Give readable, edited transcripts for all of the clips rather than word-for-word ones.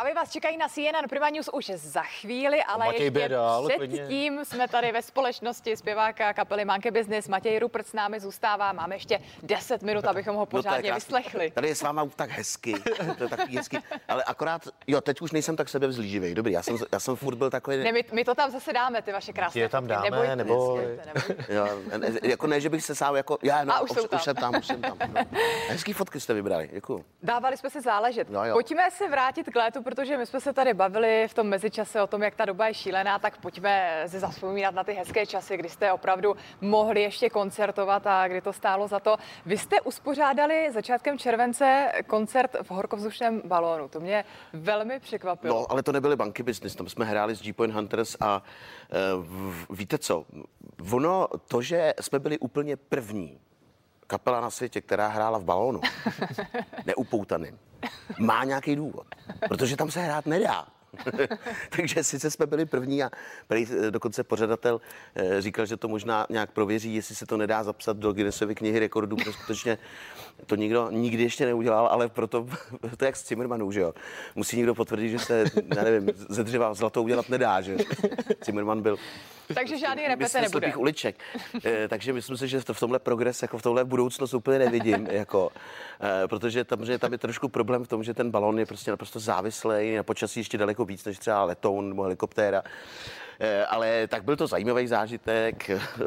Zprávy vás čekají na CNN Prima News už za chvíli, ale Matěj ještě Bědal, předtím jsme tady ve společnosti zpěváka kapely Monkey Business. Matěj Rupert s námi zůstává. Máme ještě 10 minut, abychom ho pořádně vyslechli. Tady je s váma tak hezky, to je takový hezky, ale akorát, jo, teď už nejsem tak sebevzlíživý. Dobrý, já jsem furt byl takový... Ne, my to tam zase dáme, ty vaše krásné. Je tam dáme, nebojte, nebo... Jo, jako ne, že bych se sám jako... Já, no, A už jsem tam. No. Hezký fotky jste vybrali, děkuju. Dávali jsme si záležet. Jo. Pojďme se vrátit k létu, protože my jsme se tady bavili v tom mezičase o tom, jak ta doba je šílená, tak pojďme si zavzpomínat na ty hezké časy, kdy jste opravdu mohli ještě koncertovat a kdy to stálo za to. Vy jste uspořádali začátkem července koncert v horkovzdušném balónu. To mě velmi překvapilo. No, ale to nebyly Monkey Business, tam jsme hráli s G-Point Hunters a víte co, ono to, že jsme byli úplně první kapela na světě, která hrála v balónu, neupoutaným, má nějaký důvod, protože tam se hrát nedá. Takže sice jsme byli první a dokonce pořadatel říkal, že to možná nějak prověří, jestli se to nedá zapsat do Guinnessovy knihy rekordů, protože skutečně to nikdo nikdy ještě neudělal, ale proto to jak s Zimmermanů, že jo. Musí někdo potvrdit, že se, já nevím, ze dřeva zlato udělat nedá, že Zimmerman byl... Takže žádný repete nebude. Uliček. Takže myslím si, že v tomhle progres, jako v tomhle budoucnost úplně nevidím, jako, protože tam je trošku problém v tom, že ten balon je prostě naprosto závislý, na počasí ještě daleko víc než třeba letoun nebo helikoptéra. Ale tak byl to zajímavý zážitek.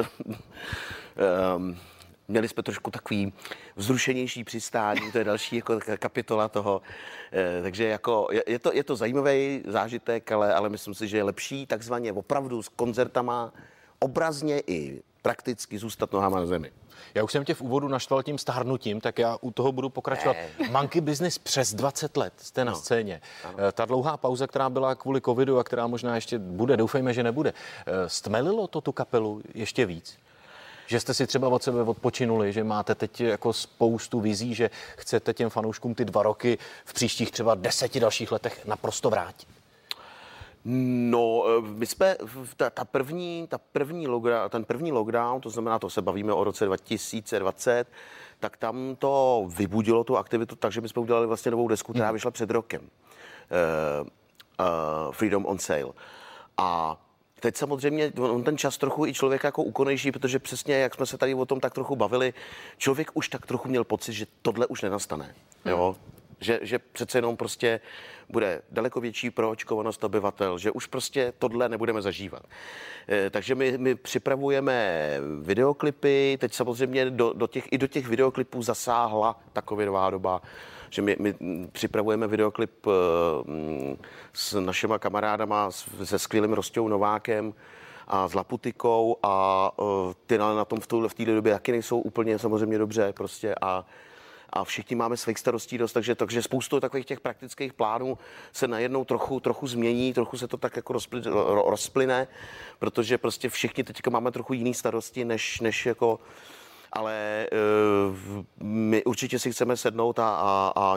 Měli jsme trošku takový vzrušenější přistání, to je další jako kapitola toho. Takže jako je to zajímavý zážitek, ale myslím si, že je lepší takzvaně opravdu s koncertama obrazně i prakticky zůstat nohama na zemi. Já už jsem tě v úvodu naštval tím stárnutím, tak já u toho budu pokračovat. Monkey Business přes 20 let jste na scéně. Ta dlouhá pauza, která byla kvůli covidu a která možná ještě bude, doufejme, že nebude. Stmelilo to tu kapelu ještě víc? Že jste si třeba od sebe odpočinuli, že máte teď jako spoustu vizí, že chcete těm fanouškům ty 2 roky v příštích třeba 10 dalších letech naprosto vrátit? No, my jsme, ten první lockdown, to znamená, to se bavíme o roce 2020, tak tam to vybudilo tu aktivitu, takže my jsme udělali vlastně novou desku, která vyšla před rokem. Freedom on Sale. A teď samozřejmě on ten čas trochu i člověk jako úkonejší, protože přesně, jak jsme se tady o tom tak trochu bavili, člověk už tak trochu měl pocit, že tohle už nenastane. Jo? Že přece jenom prostě bude daleko větší proočkovanost obyvatel, že už prostě tohle nebudeme zažívat. Takže my připravujeme videoklipy, teď samozřejmě do těch videoklipů zasáhla ta covidová doba, že my připravujeme videoklip s našima kamarádama, se skvělým Rostou Novákem a s Laputikou a ty na tom v této době taky nejsou úplně samozřejmě dobře prostě a všichni máme svých starostí dost, takže spoustu takových těch praktických plánů se najednou trochu změní, trochu se to tak jako rozplyne, protože prostě všichni teďka máme trochu jiný starosti, než jako, ale my určitě si chceme sednout a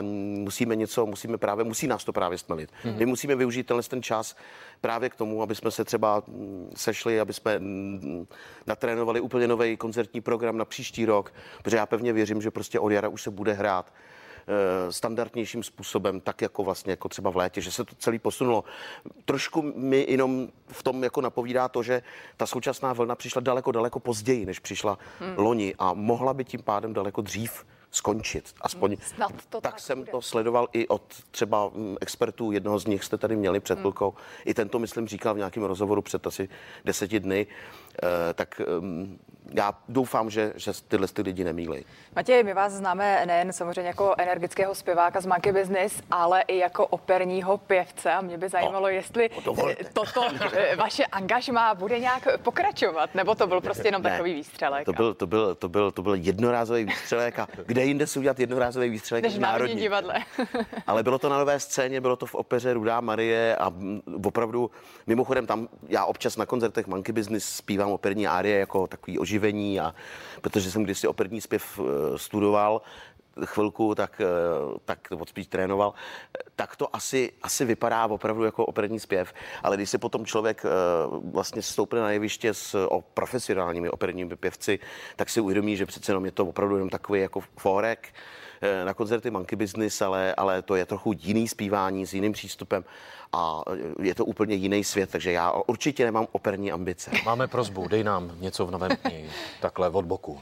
musí nás to právě stmelit. My musíme využít ten čas právě k tomu, aby jsme se třeba sešli, aby jsme natrénovali úplně nový koncertní program na příští rok, protože já pevně věřím, že prostě od jara už se bude hrát standardnějším způsobem, tak jako vlastně jako třeba v létě, že se to celý posunulo. Trošku mi jenom v tom jako napovídá to, že ta současná vlna přišla daleko později, než přišla loni a mohla by tím pádem daleko dřív skončit. Aspoň tak jsem to sledoval i od třeba expertů, jednoho z nich jste tady měli před chvilkou. I tento, myslím, říkal v nějakém rozhovoru před asi 10 dny. Tak já doufám, že tyhle lidi nemýlí. Matěj, my vás známe nejen samozřejmě jako energického zpěváka z Monkey Business, ale i jako operního pěvce a mě by zajímalo, jestli toto vaše angažmá bude nějak pokračovat, nebo to byl prostě jenom takový výstřelek. To byl jednorázový výstřelek a kde jinde si udělat jednorázový výstřelek než v Národním divadle. Ale bylo to na Nové scéně, bylo to v opeře Rudá Marie a opravdu, mimochodem tam já občas na koncertech Monkey Business zpívám operní árie jako takový oživení, a protože jsem kdysi operní zpěv studoval, chvilku, tak spíš trénoval, tak to asi vypadá opravdu jako operní zpěv, ale když se potom člověk vlastně stoupne na jeviště s profesionálními operními pěvci, tak si uvědomí, že přece jenom je to opravdu jenom takový jako fórek na koncerty Monkey Business, ale to je trochu jiný zpívání s jiným přístupem a je to úplně jiný svět, takže já určitě nemám operní ambice. Máme prosbu, dej nám něco v Novembní, takhle od boku.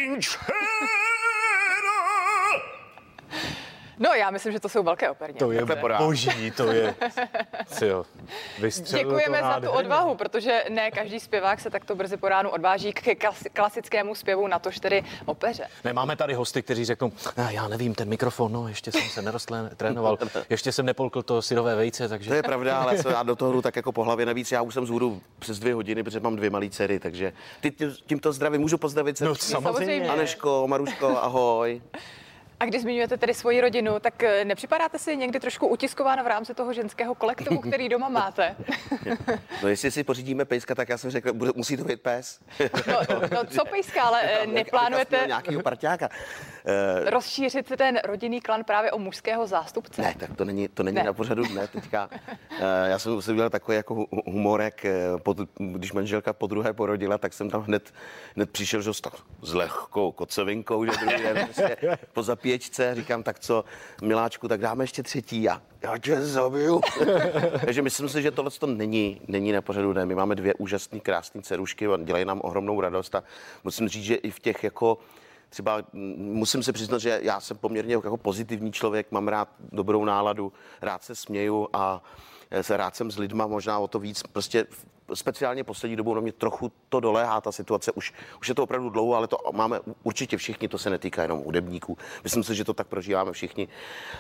No, já myslím, že to jsou velké operní. To je boží, to je. Děkujeme za tu odvahu, protože ne každý zpěvák se takto brzy po ránu odváží k klasickému zpěvu, natož tedy opeře. Ne, máme tady hosty, kteří řeknou, já nevím, ten mikrofon, no, ještě jsem se trénoval, ještě jsem nepolkl to syrové vejce, takže... To je pravda, ale já do toho hru tak jako po hlavě. Navíc já už jsem z hůru přes 2 hodiny, protože mám 2 malé dcery, takže tímto zdravím, můžu pozdravit se. No, samozřejmě. Aneško, Maruško, ahoj. A když zmiňujete tedy svoji rodinu, tak nepřipadáte si někdy trošku utiskována v rámci toho ženského kolektivu, který doma máte? No, jestli si pořídíme pejska, tak já jsem řekl, musí to být pes. No co pejska, ale neplánujete nějakýho parťáka. Rozšířit ten rodinný klan právě o mužského zástupce? Ne, tak to není na pořadu dne teďka. Já jsem si udělal takový jako humorek, když manželka podruhé porodila, tak jsem tam hned přišel, že s lehkou kocovinkou, že druhý den prostě po zapěčce, říkám, tak co, miláčku, tak dáme ještě 3. já tě zabiju. Takže myslím si, že tohle to není na pořadu dne. My máme 2 úžasné, krásné dcerušky, dělají nám ohromnou radost a musím říct, že i v těch jako třeba musím se přiznat, že já jsem poměrně jako pozitivní člověk, mám rád dobrou náladu, rád se směju a rád jsem s lidma, možná o to víc, prostě speciálně poslední dobou na mě trochu to doléhá ta situace, už je to opravdu dlouho, ale to máme určitě všichni, to se netýká jenom hudebníků. Myslím si, že to tak prožíváme všichni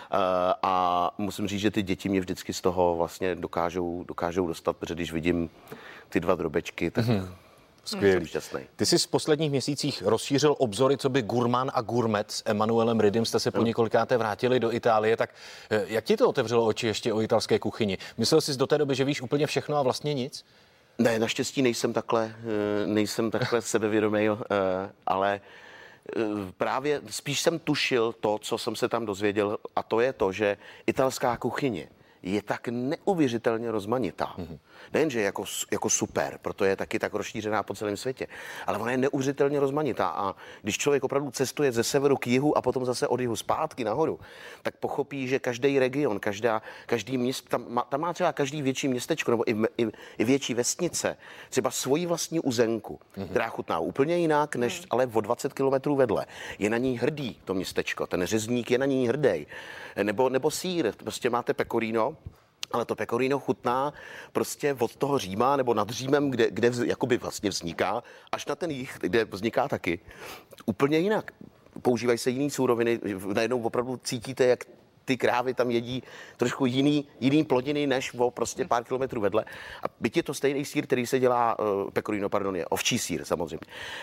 a musím říct, že ty děti mě vždycky z toho vlastně dokážou dostat, protože když vidím ty 2 drobečky, tak skvělý. Ty jsi v posledních měsících rozšířil obzory, co by gurmán a gurmet s Emanuelem Riddim, jste se po několikáté vrátili do Itálie, tak jak ti to otevřelo oči ještě o italské kuchyni? Myslel jsi do té doby, že víš úplně všechno a vlastně nic? Ne, naštěstí nejsem takhle sebevědomý, ale právě spíš jsem tušil to, co jsem se tam dozvěděl, a to je to, že italská kuchyně je tak neuvěřitelně rozmanitá. Nejenže jako super, proto je taky tak rozšířená po celém světě, ale ona je neuvěřitelně rozmanitá a když člověk opravdu cestuje ze severu k jihu a potom zase od jihu zpátky nahoru, tak pochopí, že každý region, každý město, tam má třeba každý větší městečko nebo i větší vesnice, třeba svoji vlastní uzenku, která chutná úplně jinak, než ale o 20 kilometrů vedle. Je na ní hrdý to městečko, ten řezník je na ní hrdý. Nebo sýr, prostě máte pecorino, ale to pecorino chutná prostě od toho Říma nebo nad Římem, kde jakoby vlastně vzniká, až na ten jih, kde vzniká taky úplně jinak. Používají se jiný suroviny, najednou opravdu cítíte, jak ty krávy tam jedí trošku jiný plodiny než o prostě pár kilometrů vedle. A byť je to stejný sýr, který se dělá, pecorino, pardon, je ovčí sýr samozřejmě.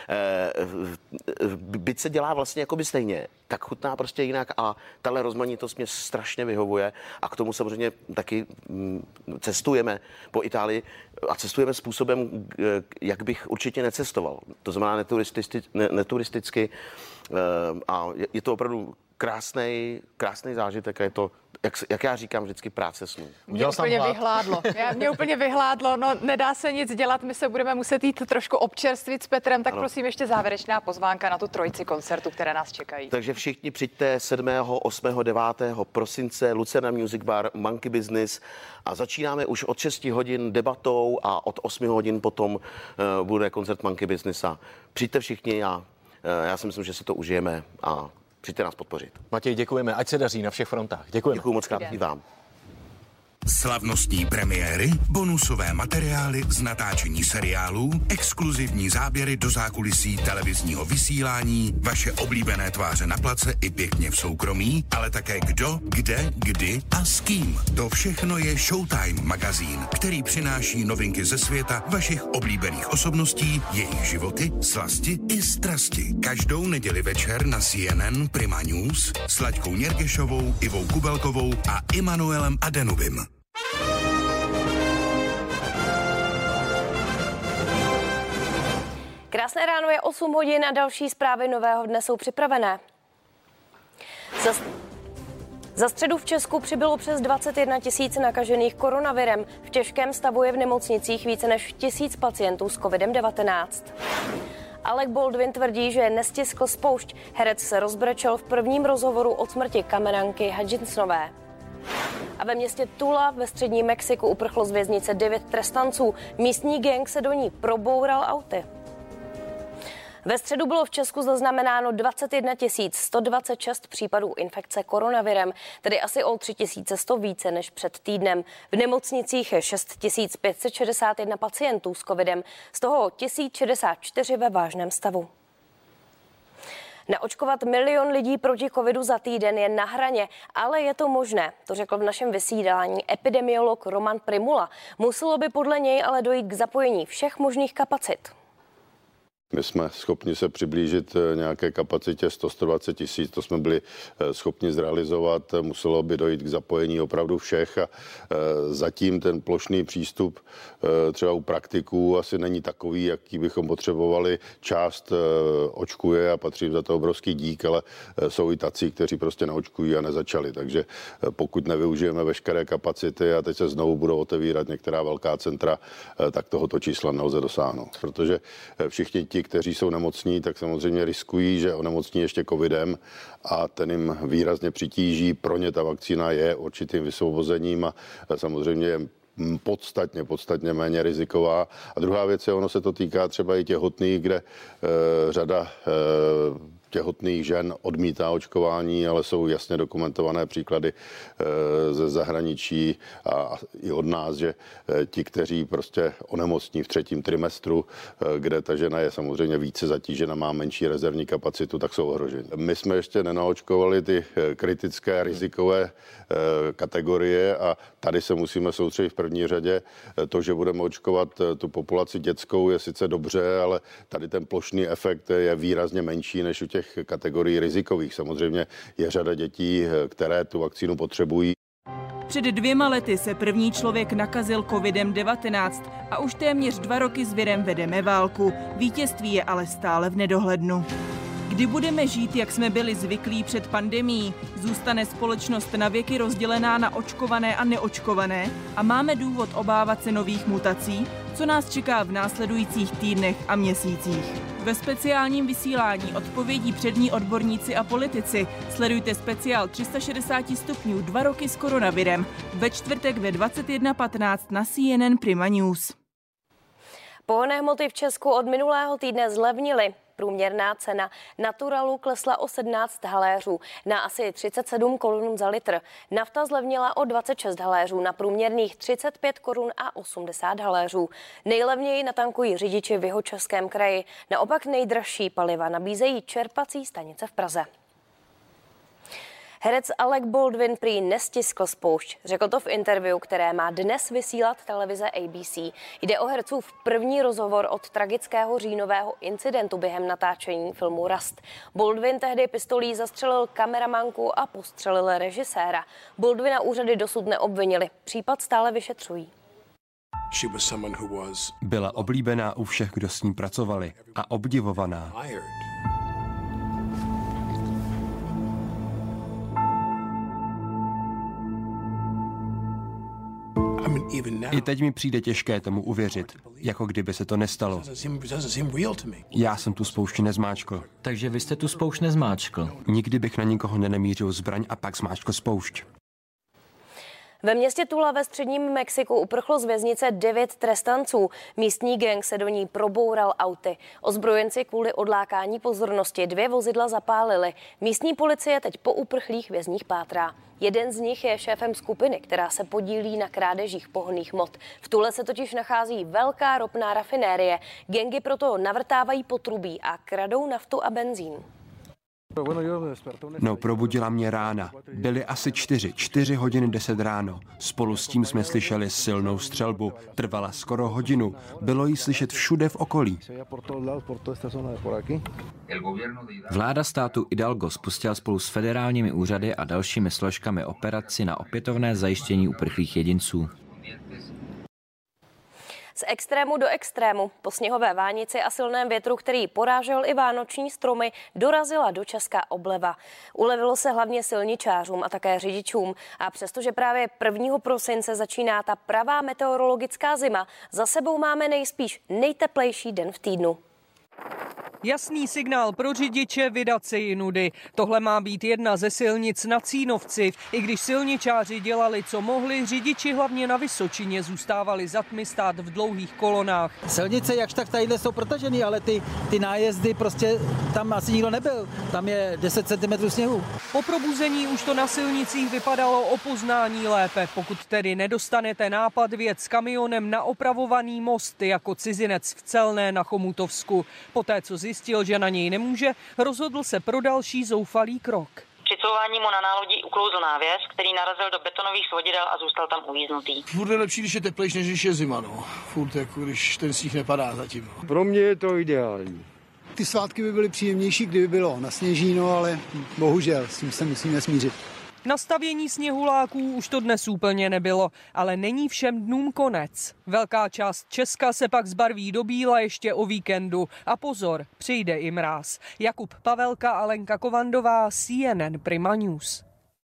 Byť se dělá vlastně jakoby stejně, tak chutná prostě jinak a tahle rozmanitost mě strašně vyhovuje a k tomu samozřejmě taky cestujeme po Itálii a cestujeme způsobem, jak bych určitě necestoval. To znamená neturisticky a je to opravdu krásný zážitek a je to, jak já říkám, vždycky práce snů. Mě úplně vyhládlo, no nedá se nic dělat, my se budeme muset jít trošku občerstvit s Petrem, tak ano. Prosím ještě závěrečná pozvánka na tu 3 koncertů, které nás čekají. Takže všichni přijďte 7., 8., 9. prosince, Lucerna Music Bar, Monkey Business a začínáme už od 6 hodin debatou a od 8 hodin potom bude koncert Monkey Business a přijďte všichni a já si myslím, že si to užijeme a přijďte nás podpořit. Matěj, děkujeme, ať se daří na všech frontách. Děkujeme. Děkuju moc krát i vám. Slavnostní premiéry, bonusové materiály z natáčení seriálů, exkluzivní záběry do zákulisí televizního vysílání, vaše oblíbené tváře na place i pěkně v soukromí, ale také kdo, kde, kdy a s kým. To všechno je Showtime magazín, který přináší novinky ze světa vašich oblíbených osobností, jejich životy, slasti i strasti. Každou neděli večer na CNN Prima News s Laďkou Něrgešovou, Ivou Kubelkovou a Immanuelem Adenubim. Krásné ráno, je 8 hodin a další zprávy nového dne jsou připravené. Za středu v Česku přibylo přes 21 000 nakažených koronavirem. V těžkém stavu je v nemocnicích více než 1000 pacientů s COVID-19. Alec Baldwin tvrdí, že nestiskl spoušť. Herec se rozbrečel v prvním rozhovoru od smrti kameranky Hutchinsonové. A ve městě Tula ve středním Mexiku uprchlo z věznice 9 trestanců. Místní gang se do ní proboural auty. Ve středu bylo v Česku zaznamenáno 21 126 případů infekce koronavirem, tedy asi o 3100 více než před týdnem. V nemocnicích je 6561 pacientů s covidem, z toho 1064 ve vážném stavu. Naočkovat 1 000 000 lidí proti covidu za týden je na hraně, ale je to možné, to řekl v našem vysílání epidemiolog Roman Primula. Muselo by podle něj ale dojít k zapojení všech možných kapacit. My jsme schopni se přiblížit nějaké kapacitě 100-120 tisíc, to jsme byli schopni zrealizovat, muselo by dojít k zapojení opravdu všech a zatím ten plošný přístup třeba u praktiků asi není takový, jaký bychom potřebovali. Část očkuje a patří za to obrovský dík, ale jsou i tací, kteří prostě neočkují a nezačali, takže pokud nevyužijeme veškeré kapacity a teď se znovu budou otevírat některá velká centra, tak tohoto čísla nelze dosáhnout, protože všichni ti, kteří jsou nemocní, tak samozřejmě riskují, že onemocní ještě covidem a ten jim výrazně přitíží. Pro ně ta vakcína je určitým vysvobozením a samozřejmě je podstatně méně riziková. A druhá věc je, ono se to týká třeba i těhotných, kde řada těhotných žen odmítá očkování, ale jsou jasně dokumentované příklady ze zahraničí a i od nás, že ti, kteří prostě onemocní v 3. trimestru, kde ta žena je samozřejmě více zatížena, má menší rezervní kapacitu, tak jsou ohroženi. My jsme ještě nenaočkovali ty kritické rizikové kategorie a tady se musíme soustředit v první řadě. To, že budeme očkovat tu populaci dětskou, je sice dobře, ale tady ten plošný efekt je výrazně menší než u těch kategorií rizikových. Samozřejmě je řada dětí, které tu vakcínu potřebují. Před 2 lety se první člověk nakazil COVID-19 a už téměř 2 roky s virem vedeme válku. Vítězství je ale stále v nedohlednu. Kdy budeme žít, jak jsme byli zvyklí před pandemií? Zůstane společnost navěky rozdělená na očkované a neočkované? A máme důvod obávat se nových mutací? Co nás čeká v následujících týdnech a měsících? Ve speciálním vysílání odpovědí přední odborníci a politici. Sledujte speciál 360 stupňů 2 roky s koronavirem. Ve čtvrtek ve 21:15 na CNN Prima News. Pohonné hmoty v Česku od minulého týdne zlevnily. Průměrná cena Naturalu klesla o 17 haléřů na asi 37 korun za litr. Nafta zlevnila o 26 haléřů na průměrných 35 korun a 80 haléřů. Nejlevněji natankují řidiči v Jihočeském kraji. Naopak nejdražší paliva nabízejí čerpací stanice v Praze. Herec Alec Baldwin prý nestiskl spoušť. Řekl to v interview, které má dnes vysílat televize ABC. Jde o hercův první rozhovor od tragického říjnového incidentu během natáčení filmu Rust. Baldwin tehdy pistolí zastřelil kameramanku a postřelil režiséra. Baldwina úřady dosud neobvinili. Případ stále vyšetřují. Byla oblíbená u všech, kdo s ní pracovali, a obdivovaná. I teď mi přijde těžké tomu uvěřit, jako kdyby se to nestalo. Já jsem tu spoušť nezmáčkl. Takže vy jste tu spoušť nezmáčkl? Nikdy bych na nikoho nenamířil zbraň a pak zmáčkl spoušť. Ve městě Tula ve středním Mexiku uprchlo z věznice 9 trestanců. Místní gang se do ní proboural auty. Ozbrojenci kvůli odlákání pozornosti 2 vozidla zapálili. Místní policie teď po uprchlých vězních pátrá. Jeden z nich je šéfem skupiny, která se podílí na krádežích pohonných hmot. V Tule se totiž nachází velká ropná rafinérie. Gangy proto navrtávají potrubí a kradou naftu a benzín. No, probudila mě rána. Byly asi 4 hodiny 10 ráno. Spolu s tím jsme slyšeli silnou střelbu. Trvala skoro hodinu. Bylo jí slyšet všude v okolí. Vláda státu Hidalgo spustila spolu s federálními úřady a dalšími složkami operaci na opětovné zajištění uprchlých jedinců. Z extrému do extrému. Po sněhové vánici a silném větru, který porážel i vánoční stromy, dorazila do Česka obleva. Ulevilo se hlavně silničářům a také řidičům. A přestože právě 1. prosince začíná ta pravá meteorologická zima, za sebou máme nejspíš nejteplejší den v týdnu. Jasný signál pro řidiče vydat se jinudy. Tohle má být jedna ze silnic na Cínovci. I když silničáři dělali, co mohli, řidiči hlavně na Vysočině zůstávali za tmy stát v dlouhých kolonách. Silnice jakž tak tadyhle jsou protažený, ale ty nájezdy prostě tam asi nikdo nebyl. Tam je 10 cm sněhu. Po probuzení už to na silnicích vypadalo o poznání lépe. Pokud tedy nedostanete nápad vjet s kamionem na opravovaný most jako cizinec v Celné na Chomutovsku. Poté, co zjistil, že na něj nemůže, rozhodl se pro další zoufalý krok. Při couvání mu na nálodí uklouzl návěs, který narazil do betonových svodidel a zůstal tam uvíznutý. Furt je lepší, když je teplejší, než když je zima, no. Furt jako když ten sníh nepadá zatím. No. Pro mě je to ideální. Ty svátky by byly příjemnější, kdyby bylo nasněžíno, ale bohužel s tím se musíme smířit. Na stavění sněhuláků už to dnes úplně nebylo, ale není všem dnům konec. Velká část Česka se pak zbarví do bíla ještě o víkendu. A pozor, přijde i mráz. Jakub Pavelka a Lenka Kovandová, CNN Prima News.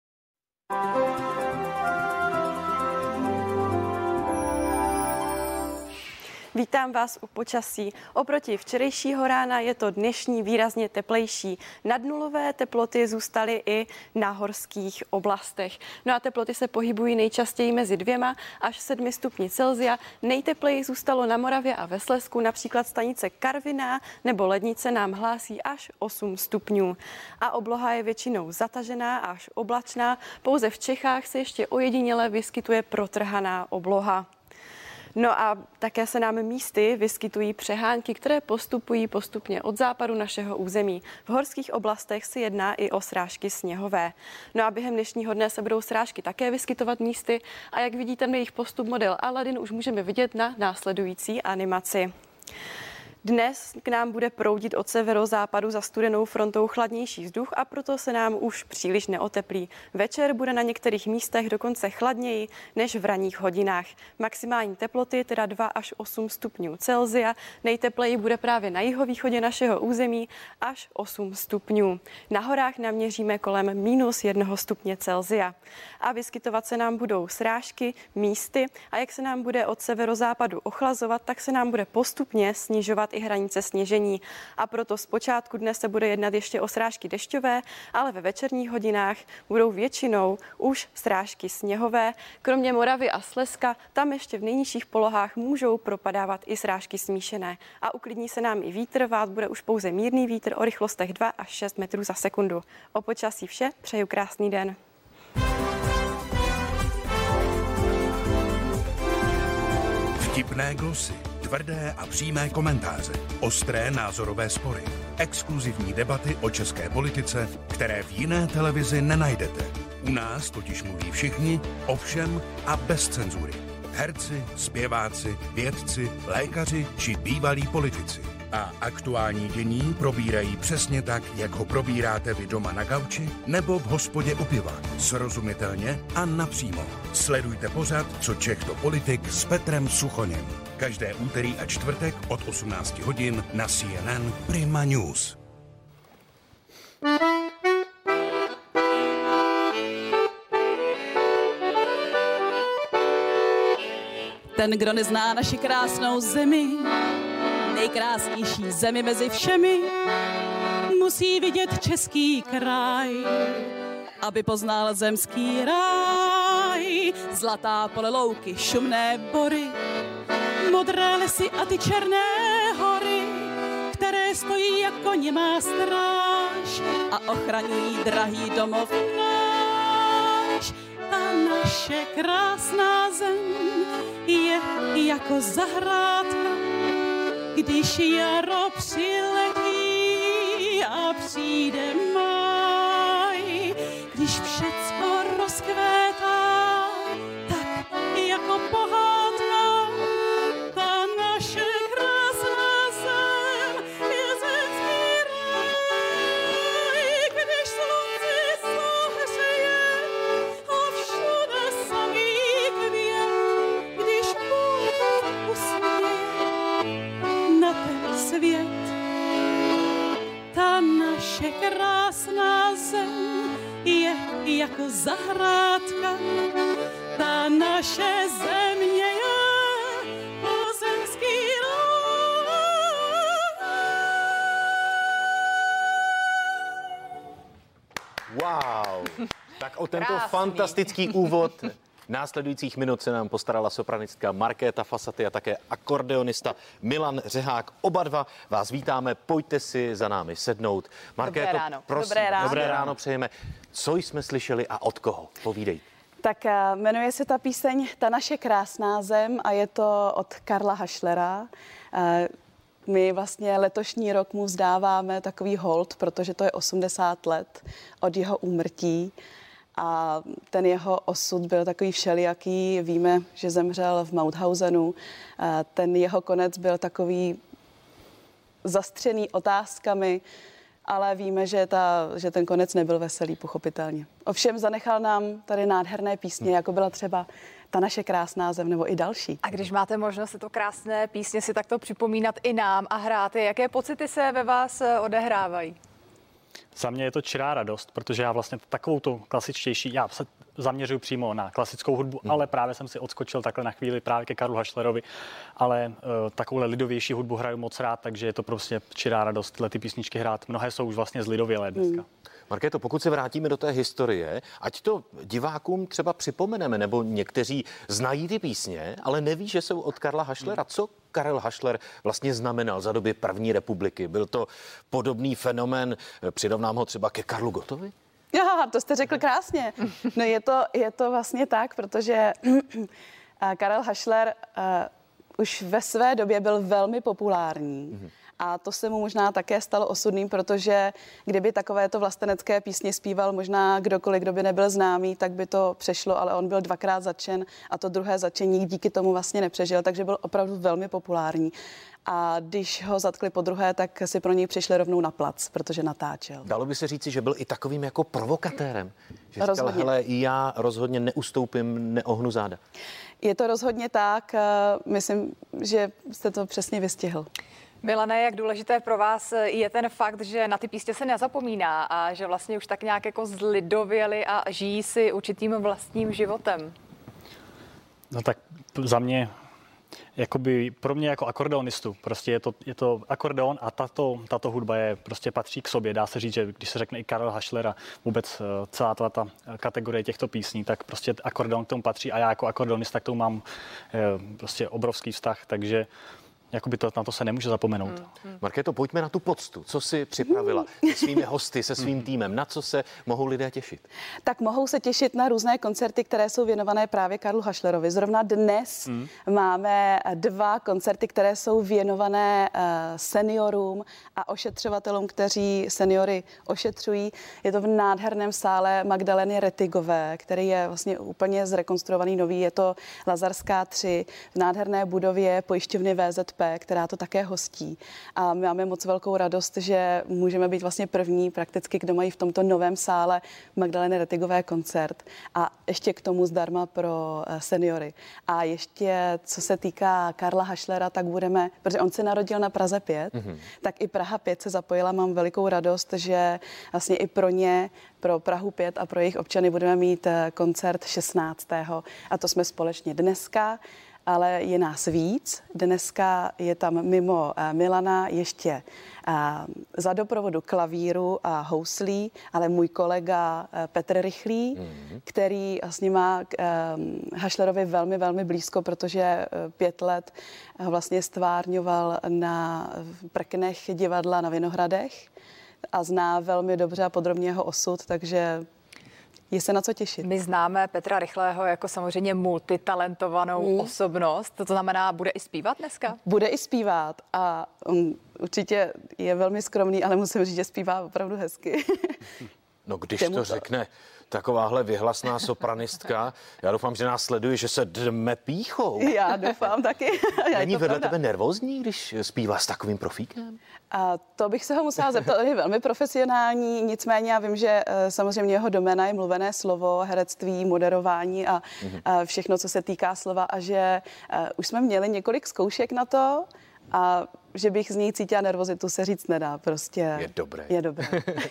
Vítám vás u počasí. Oproti včerejšího rána je to dnešní výrazně teplejší. Nadnulové teploty zůstaly i na horských oblastech. No a teploty se pohybují nejčastěji mezi 2 až 7 stupni Celsia. Nejtepleji zůstalo na Moravě a ve Slezsku, například stanice Karviná nebo Lednice nám hlásí až 8 stupňů. A obloha je většinou zatažená až oblačná. Pouze v Čechách se ještě ojediněle vyskytuje protrhaná obloha. No a také se nám místy vyskytují přehánky, které postupují postupně od západu našeho území. V horských oblastech se jedná i o srážky sněhové. No a během dnešního dne se budou srážky také vyskytovat místy a jak vidíte, jejich postup model Aladin už můžeme vidět na následující animaci. Dnes k nám bude proudit od severozápadu za studenou frontou chladnější vzduch a proto se nám už příliš neoteplí. Večer bude na některých místech dokonce chladněji než v ranních hodinách. Maximální teploty teda 2 až 8 stupňů Celsia. Nejtepleji bude právě na jihovýchodě našeho území až 8 stupňů. Na horách naměříme kolem -1 stupně Celsia. A vyskytovat se nám budou srážky místy a jak se nám bude od severozápadu ochlazovat, tak se nám bude postupně snižovat i hranice sněžení. A proto zpočátku dnes se bude jednat ještě o srážky dešťové, ale ve večerních hodinách budou většinou už srážky sněhové. Kromě Moravy a Slezska, tam ještě v nejnižších polohách můžou propadávat i srážky smíšené. A uklidní se nám i vítr, vát bude už pouze mírný vítr o rychlostech 2 až 6 metrů za sekundu. O počasí vše, přeju krásný den. Vtipné glosy, tvrdé a přímé komentáře, ostré názorové spory, exkluzivní debaty o české politice, které v jiné televizi nenajdete. U nás totiž mluví všichni, o všem a bez cenzury. Herci, zpěváci, vědci, lékaři či bývalí politici. A aktuální dění probírají přesně tak, jak ho probíráte vy doma na gauči nebo v hospodě u piva. Srozumitelně a napřímo. Sledujte pořad Co Čech to politik s Petrem Suchoněm. Každé úterý a čtvrtek od 18 hodin na CNN Prima News. Ten, kdo nezná naši krásnou zemi, nejkrásnější zemi mezi všemi, musí vidět český kraj, aby poznal zemský ráj. Zlatá pole, louky, šumné bory, modré lesy a ty černé hory, které stojí jako němá stráž a ochraňují drahý domov náš. Ta naše krásná zem je jako zahrádka, když jaro přiletí a přijde máj, když všecko rozkvétá, tak jako pohádka, ta naše krásná zem je zemský ráj, když slunce zahřeje a všude samý květ, když půlka usměje jako zahrádka, ta naše země je pozemský Wow, tak o tento fantastický úvod následujících minut se nám postarala sopranistka Markéta Fasaty a také akordeonista Milan Řehák. Oba dva vás vítáme, pojďte si za námi sednout. Markéto, Dobré ráno. Prosím, dobré ráno přejeme. Co jsme slyšeli a od koho? Povídej. Tak jmenuje se ta píseň Ta naše krásná zem a je to od Karla Hašlera. My vlastně letošní rok mu vzdáváme takový hold, protože to je 80 let od jeho úmrtí. A ten jeho osud byl takový všelijaký. Víme, že zemřel v Mauthausenu. Ten jeho konec byl takový zastřený otázkami, ale víme, že ten konec nebyl veselý, pochopitelně. Ovšem zanechal nám tady nádherné písně, jako byla třeba Ta naše krásná zem nebo i další. A když máte možnost tyto krásné písně si takto připomínat i nám a hrát, jaké pocity se ve vás odehrávají? Za mě je to čirá radost, protože já vlastně takovou tu klasičtější, já se zaměřuju přímo na klasickou hudbu, ale právě jsem si odskočil takhle na chvíli právě ke Karlu Hašlerovi, ale takovouhle lidovější hudbu hraju moc rád, takže je to prostě čirá radost tyhle ty písničky hrát. Mnohé jsou už vlastně zlidovělé dneska. Markéto, pokud se vrátíme do té historie, ať to divákům třeba připomeneme, nebo někteří znají ty písně, ale neví, že jsou od Karla Hašlera. Co Karel Hašler vlastně znamenal za doby první republiky? Byl to podobný fenomén, přirovnám ho třeba ke Karlu Gottovi? Já, to jste řekl krásně. No je to vlastně tak, protože Karel Hašler už ve své době byl velmi populární. A to se mu možná také stalo osudným, protože kdyby takovéto vlastenecké písně zpíval možná kdokoliv, kdo by nebyl známý, tak by to přešlo, ale on byl dvakrát zatčen a to druhé zatčení díky tomu vlastně nepřežil, takže byl opravdu velmi populární. A když ho zatkli po druhé, tak si pro něj přišli rovnou na plac, protože natáčel. Dalo by se říci, že byl i takovým jako provokatérem. Že říkal, hele, já rozhodně neustoupím, neohnu záda. Je to rozhodně tak. Myslím, že jste to přesně vystihl. Milane, jak důležité pro vás je ten fakt, že na ty písně se nezapomíná a že vlastně už tak nějak jako zlidověli a žijí si určitým vlastním životem? No tak za mě, jakoby pro mě jako akordeonistu, prostě je to akordeon a tato hudba prostě patří k sobě. Dá se říct, že když se řekne i Karel Hašler a vůbec celá ta kategorie těchto písní, tak prostě akordeon k tomu patří a já jako akordeonista k tomu mám prostě obrovský vztah, takže jakoby na to se nemůže zapomenout. Markéto, pojďme na tu poctu. Co jsi připravila se svými hosty, se svým týmem? Na co se mohou lidé těšit? Tak mohou se těšit na různé koncerty, které jsou věnované právě Karlu Hašlerovi. Zrovna dnes máme 2 koncerty, které jsou věnované seniorům a ošetřovatelům, kteří seniory ošetřují. Je to v nádherném sále Magdaleny Rettigové, který je vlastně úplně zrekonstruovaný nový. Je to Lazarská 3 v nádherné budově pojišťovny VZP, která to také hostí. A my máme moc velkou radost, že můžeme být vlastně první prakticky, kdo mají v tomto novém sále Magdaleny Rettigové koncert. A ještě k tomu zdarma pro seniory. A ještě, co se týká Karla Hašlera, tak budeme, protože on se narodil na Praze 5, tak i Praha 5 se zapojila. Mám velikou radost, že vlastně i pro ně, pro Prahu 5 a pro jejich občany budeme mít koncert 16. A to jsme společně dneska. Ale je nás víc. Dneska je tam mimo Milana ještě za doprovodu klavíru a houslí, ale můj kolega Petr Rychlý, který vlastně má Hašlerovi velmi, velmi blízko, protože 5 let vlastně stvárňoval na prknech divadla na Vinohradech a zná velmi dobře a podrobně jeho osud, takže je se na co těšit. My známe Petra Rychlého jako samozřejmě multitalentovanou osobnost. To znamená, bude i zpívat dneska? Bude i zpívat a určitě je velmi skromný, ale musím říct, že zpívá opravdu hezky. No když to řekne takováhle vyhlasná sopranistka, já doufám, že nás sleduje, že se dme pýchou. Já doufám taky. Není vedle tebe nervózní, když zpívá s takovým profíkem? A to bych se ho musela zeptat, on je velmi profesionální, nicméně já vím, že samozřejmě jeho doména je mluvené slovo, herectví, moderování a všechno, co se týká slova a že už jsme měli několik zkoušek na to A že bych z něj cítila nervozitu, se říct nedá. Prostě je dobré.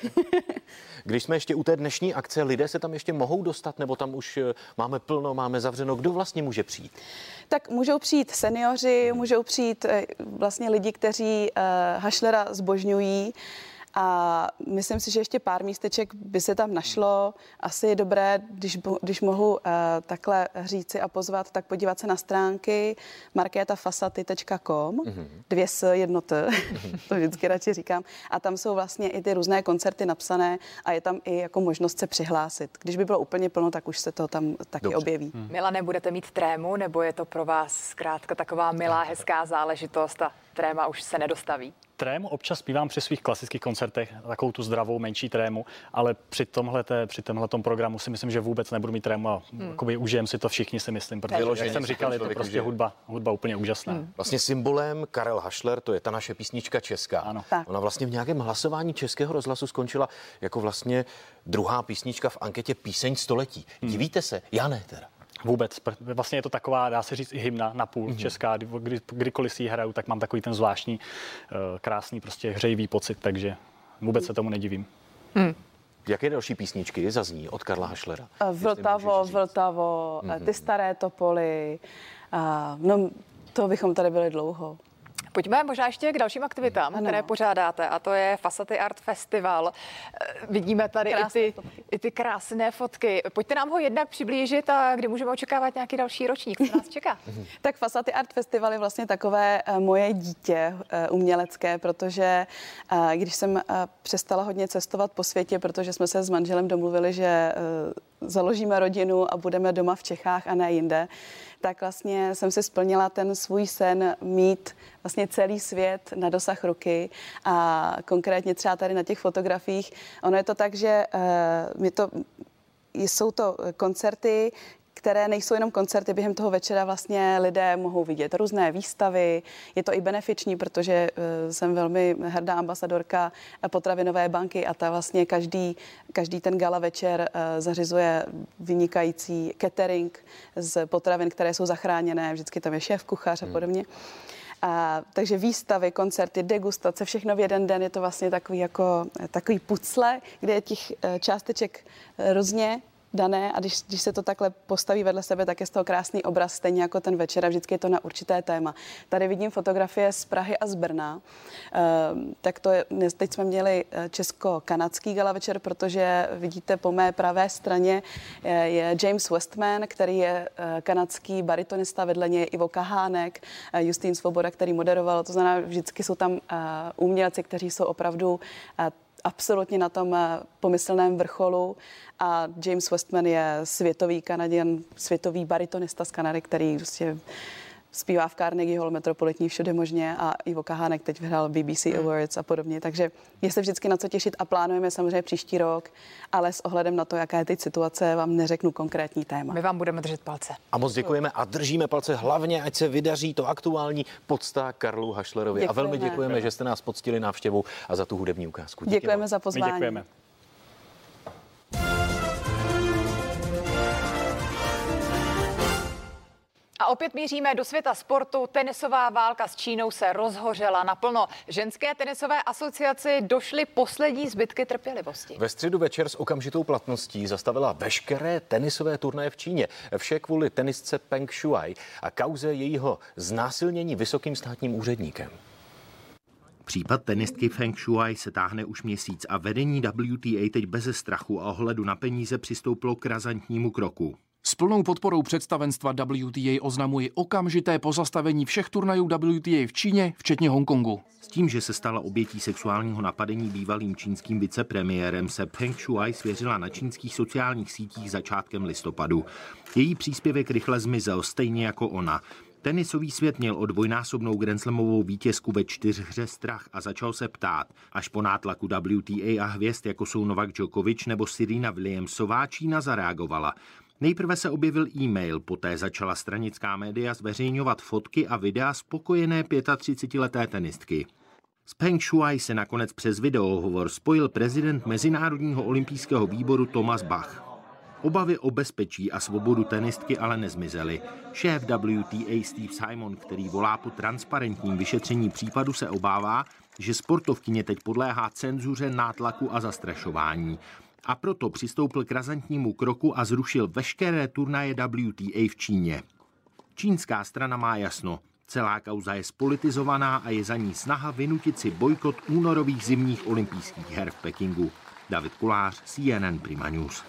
Když jsme ještě u té dnešní akce, lidé se tam ještě mohou dostat, nebo tam už máme plno, máme zavřeno? Kdo vlastně může přijít? Tak můžou přijít seniori, můžou přijít vlastně lidi, kteří Hašlera zbožňují. A myslím si, že ještě pár místeček by se tam našlo. Asi je dobré, když mohu takhle říci a pozvat, tak podívat se na stránky markétafasaty.com, 2 s 1 t, to vždycky radši říkám. A tam jsou vlastně i ty různé koncerty napsané a je tam i jako možnost se přihlásit. Když by bylo úplně plno, tak už se to tam taky objeví. Milane, budete mít trému, nebo je to pro vás zkrátka taková milá, hezká záležitost a tréma už se nedostaví? Trému občas zpívám při svých klasických koncertech, takovou tu zdravou, menší trému, ale při tomhletom programu si myslím, že vůbec nebudu mít trému a užijem si to všichni, si myslím, protože jak jsem říkal, je to prostě hudba úplně úžasná. Vlastně symbolem Karel Hašler, to je ta naše písnička česká. Ano. Ona vlastně v nějakém hlasování Českého rozhlasu skončila jako vlastně druhá písnička v anketě Píseň století. Divíte se? Já ne teda. Vůbec. Vlastně je to taková, dá se říct, i hymna na půl česká. Kdykoliv si ji hraju, tak mám takový ten zvláštní, krásný, prostě hřejivý pocit, takže vůbec se tomu nedivím. Jaké další písničky zazní od Karla Hašlera? Vltavo, Ty staré topoly. No, to bychom tady byli dlouho. Pojďme možná ještě k dalším aktivitám, které pořádáte, a to je Fasaty Art Festival. Vidíme tady i ty krásné fotky. Pojďte nám ho jednak přiblížit a kdy můžeme očekávat nějaký další ročník, co nás čeká? Tak Fasaty Art Festival je vlastně takové moje dítě umělecké, protože když jsem přestala hodně cestovat po světě, protože jsme se s manželem domluvili, že založíme rodinu a budeme doma v Čechách a ne jinde, tak vlastně jsem si splnila ten svůj sen mít vlastně celý svět na dosah ruky a konkrétně třeba tady na těch fotografiích. Ono je to tak, že jsou to koncerty, které nejsou jenom koncerty, během toho večera vlastně lidé mohou vidět různé výstavy. Je to i benefiční, protože jsem velmi hrdá ambasadorka potravinové banky a ta vlastně každý ten gala večer zařizuje vynikající catering z potravin, které jsou zachráněné. Vždycky tam je šéf, kuchař a podobně. Takže výstavy, koncerty, degustace, všechno v jeden den. Je to vlastně takový pucle, kde je těch částeček různě dané a když se to takhle postaví vedle sebe, tak je z toho krásný obraz, stejně jako ten večer a vždycky je to na určité téma. Tady vidím fotografie z Prahy a z Brna. Tak to je, teď jsme měli česko-kanadský gala večer, protože vidíte po mé pravé straně je James Westman, který je kanadský baritonista, vedle něj Ivo Kahánek, Justín Svoboda, který moderoval. To znamená, vždycky jsou tam umělci, kteří jsou opravdu absolutně na tom pomyslném vrcholu a James Westman je světový Kanaděn, světový baritonista z Kanady, který prostě zpívá v Carnegie Hall, Metropolitní, všude možně a Ivo Kahánek teď vyhrál BBC Awards a podobně, takže je se vždycky na co těšit a plánujeme samozřejmě příští rok, ale s ohledem na to, jaká je teď situace, vám neřeknu konkrétní téma. My vám budeme držet palce. A moc děkujeme a držíme palce hlavně, ať se vydaří to aktuální podsta Karlu Hašlerovi. Děkujeme. A velmi děkujeme, že jste nás poctili návštěvou a za tu hudební ukázku. Děkujeme za pozvání. Děkujeme. A opět míříme do světa sportu. Tenisová válka s Čínou se rozhořela naplno. Ženské tenisové asociaci došly poslední zbytky trpělivosti. Ve středu večer s okamžitou platností zastavila veškeré tenisové turnaje v Číně. Vše kvůli tenisce Peng Shuai a kauze jejího znásilnění vysokým státním úředníkem. Případ tenistky Feng Shuai se táhne už měsíc a vedení WTA teď beze strachu a ohledu na peníze přistoupilo k razantnímu kroku. S plnou podporou představenstva WTA oznamuji okamžité pozastavení všech turnajů WTA v Číně, včetně Hongkongu. S tím, že se stala obětí sexuálního napadení bývalým čínským vicepremiérem, se Peng Shuai svěřila na čínských sociálních sítích začátkem listopadu. Její příspěvek rychle zmizel, stejně jako ona. Tenisový svět měl o dvojnásobnou grandslamovou vítězku ve 4hře strach a začal se ptát. Až po nátlaku WTA a hvězd, jako jsou Novak Djokovic nebo Serena Williamsová, Čína zareagovala. Nejprve se objevil e-mail, poté začala stranická média zveřejňovat fotky a videa spokojené 35leté tenistky. S Peng Shuai se nakonec přes videohovor spojil prezident Mezinárodního olympijského výboru Thomas Bach. Obavy o bezpečí a svobodu tenistky ale nezmizely. Šéf WTA Steve Simon, který volá po transparentním vyšetření případu, se obává, že sportovkyně teď podléhá cenzuře, nátlaku a zastrašování. A proto přistoupil k razantnímu kroku a zrušil veškeré turnaje WTA v Číně. Čínská strana má jasno. Celá kauza je spolitizovaná a je za ní snaha vynutit si bojkot únorových zimních olympijských her v Pekingu. David Kulář, CNN Prima News.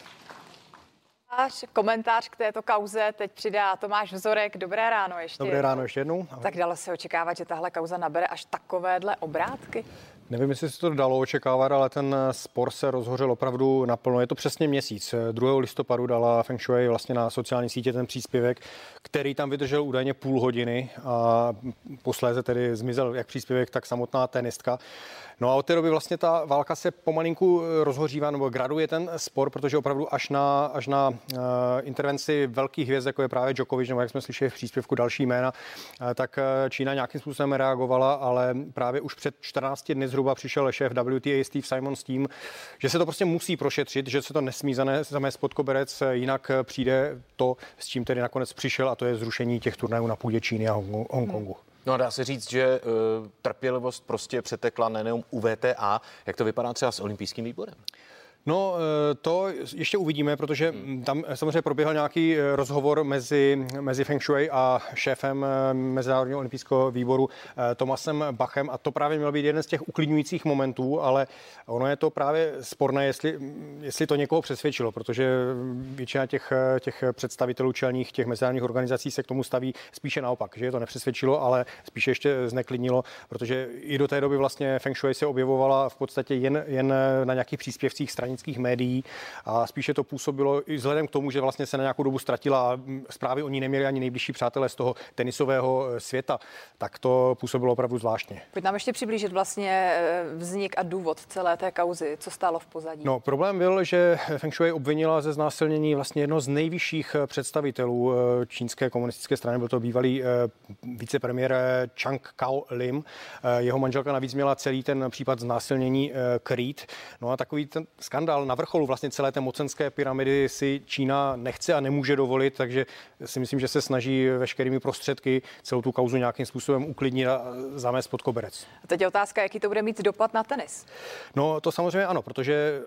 Komentář k této kauze teď přidá Tomáš Vzorek. Dobré ráno ještě. Dobré ráno ještě jednou. Tak dalo se očekávat, že tahle kauza nabere až takovéhle obrátky? Nevím, jestli se to dalo očekávat, ale ten spor se rozhořel opravdu naplno. Je to přesně měsíc. 2. listopadu dala Feng Shui vlastně na sociální sítě ten příspěvek, který tam vydržel údajně půl hodiny a posléze tedy zmizel jak příspěvek, tak samotná tenistka. No a od té doby vlastně ta válka se pomalinku rozhořívá, nebo graduje ten spor, protože opravdu až na intervenci velkých hvězd, jako je právě Djokovic, nebo jak jsme slyšeli v příspěvku další jména, tak Čína nějakým způsobem reagovala, ale právě už před 14 dny zhruba přišel šéf WTA Steve Simon s tím, že se to prostě musí prošetřit, že se to nesmí zamést pod koberec, jinak přijde to, s čím tedy nakonec přišel, a to je zrušení těch turnajů na půdě Číny a Hongkongu. No a dá se říct, že trpělivost prostě přetekla nejenom u VTA. Jak to vypadá třeba s olympijským výborem? No, to ještě uvidíme, protože tam samozřejmě proběhl nějaký rozhovor mezi Feng Shui a šéfem Mezinárodního olympijského výboru Thomasem Bachem, a to právě měl být jeden z těch uklidňujících momentů, ale ono je to právě sporné, jestli to někoho přesvědčilo, protože většina těch představitelů čelních těch mezinárodních organizací se k tomu staví spíše naopak, že je to nepřesvědčilo, ale spíše ještě zneklidnilo, protože i do té doby vlastně Feng Shui se objevovala v podstatě jen na nějakých příspěvcích stranických médií a spíše to působilo i vzhledem k tomu, že vlastně se na nějakou dobu ztratila a zprávy o ní neměli ani nejbližší přátelé z toho tenisového světa, tak to působilo opravdu zvláštně. Pojď nám ještě přiblížit vlastně vznik a důvod celé té kauzy, co stálo v pozadí. No, problém byl, že Feng Shui obvinila ze znásilnění vlastně jednoho z nejvyšších představitelů čínské komunistické strany, byl to bývalý vicepremiér Chang Kao-lim. Jeho manželka navíc měla celý ten případ znásilnění krýt. No a takový ten skandál na vrcholu vlastně celé té mocenské pyramidy si Čína nechce a nemůže dovolit, takže si myslím, že se snaží veškerými prostředky celou tu kauzu nějakým způsobem uklidnit a zamést pod koberec. A teď je otázka, jaký to bude mít dopad na tenis. No, to samozřejmě ano, protože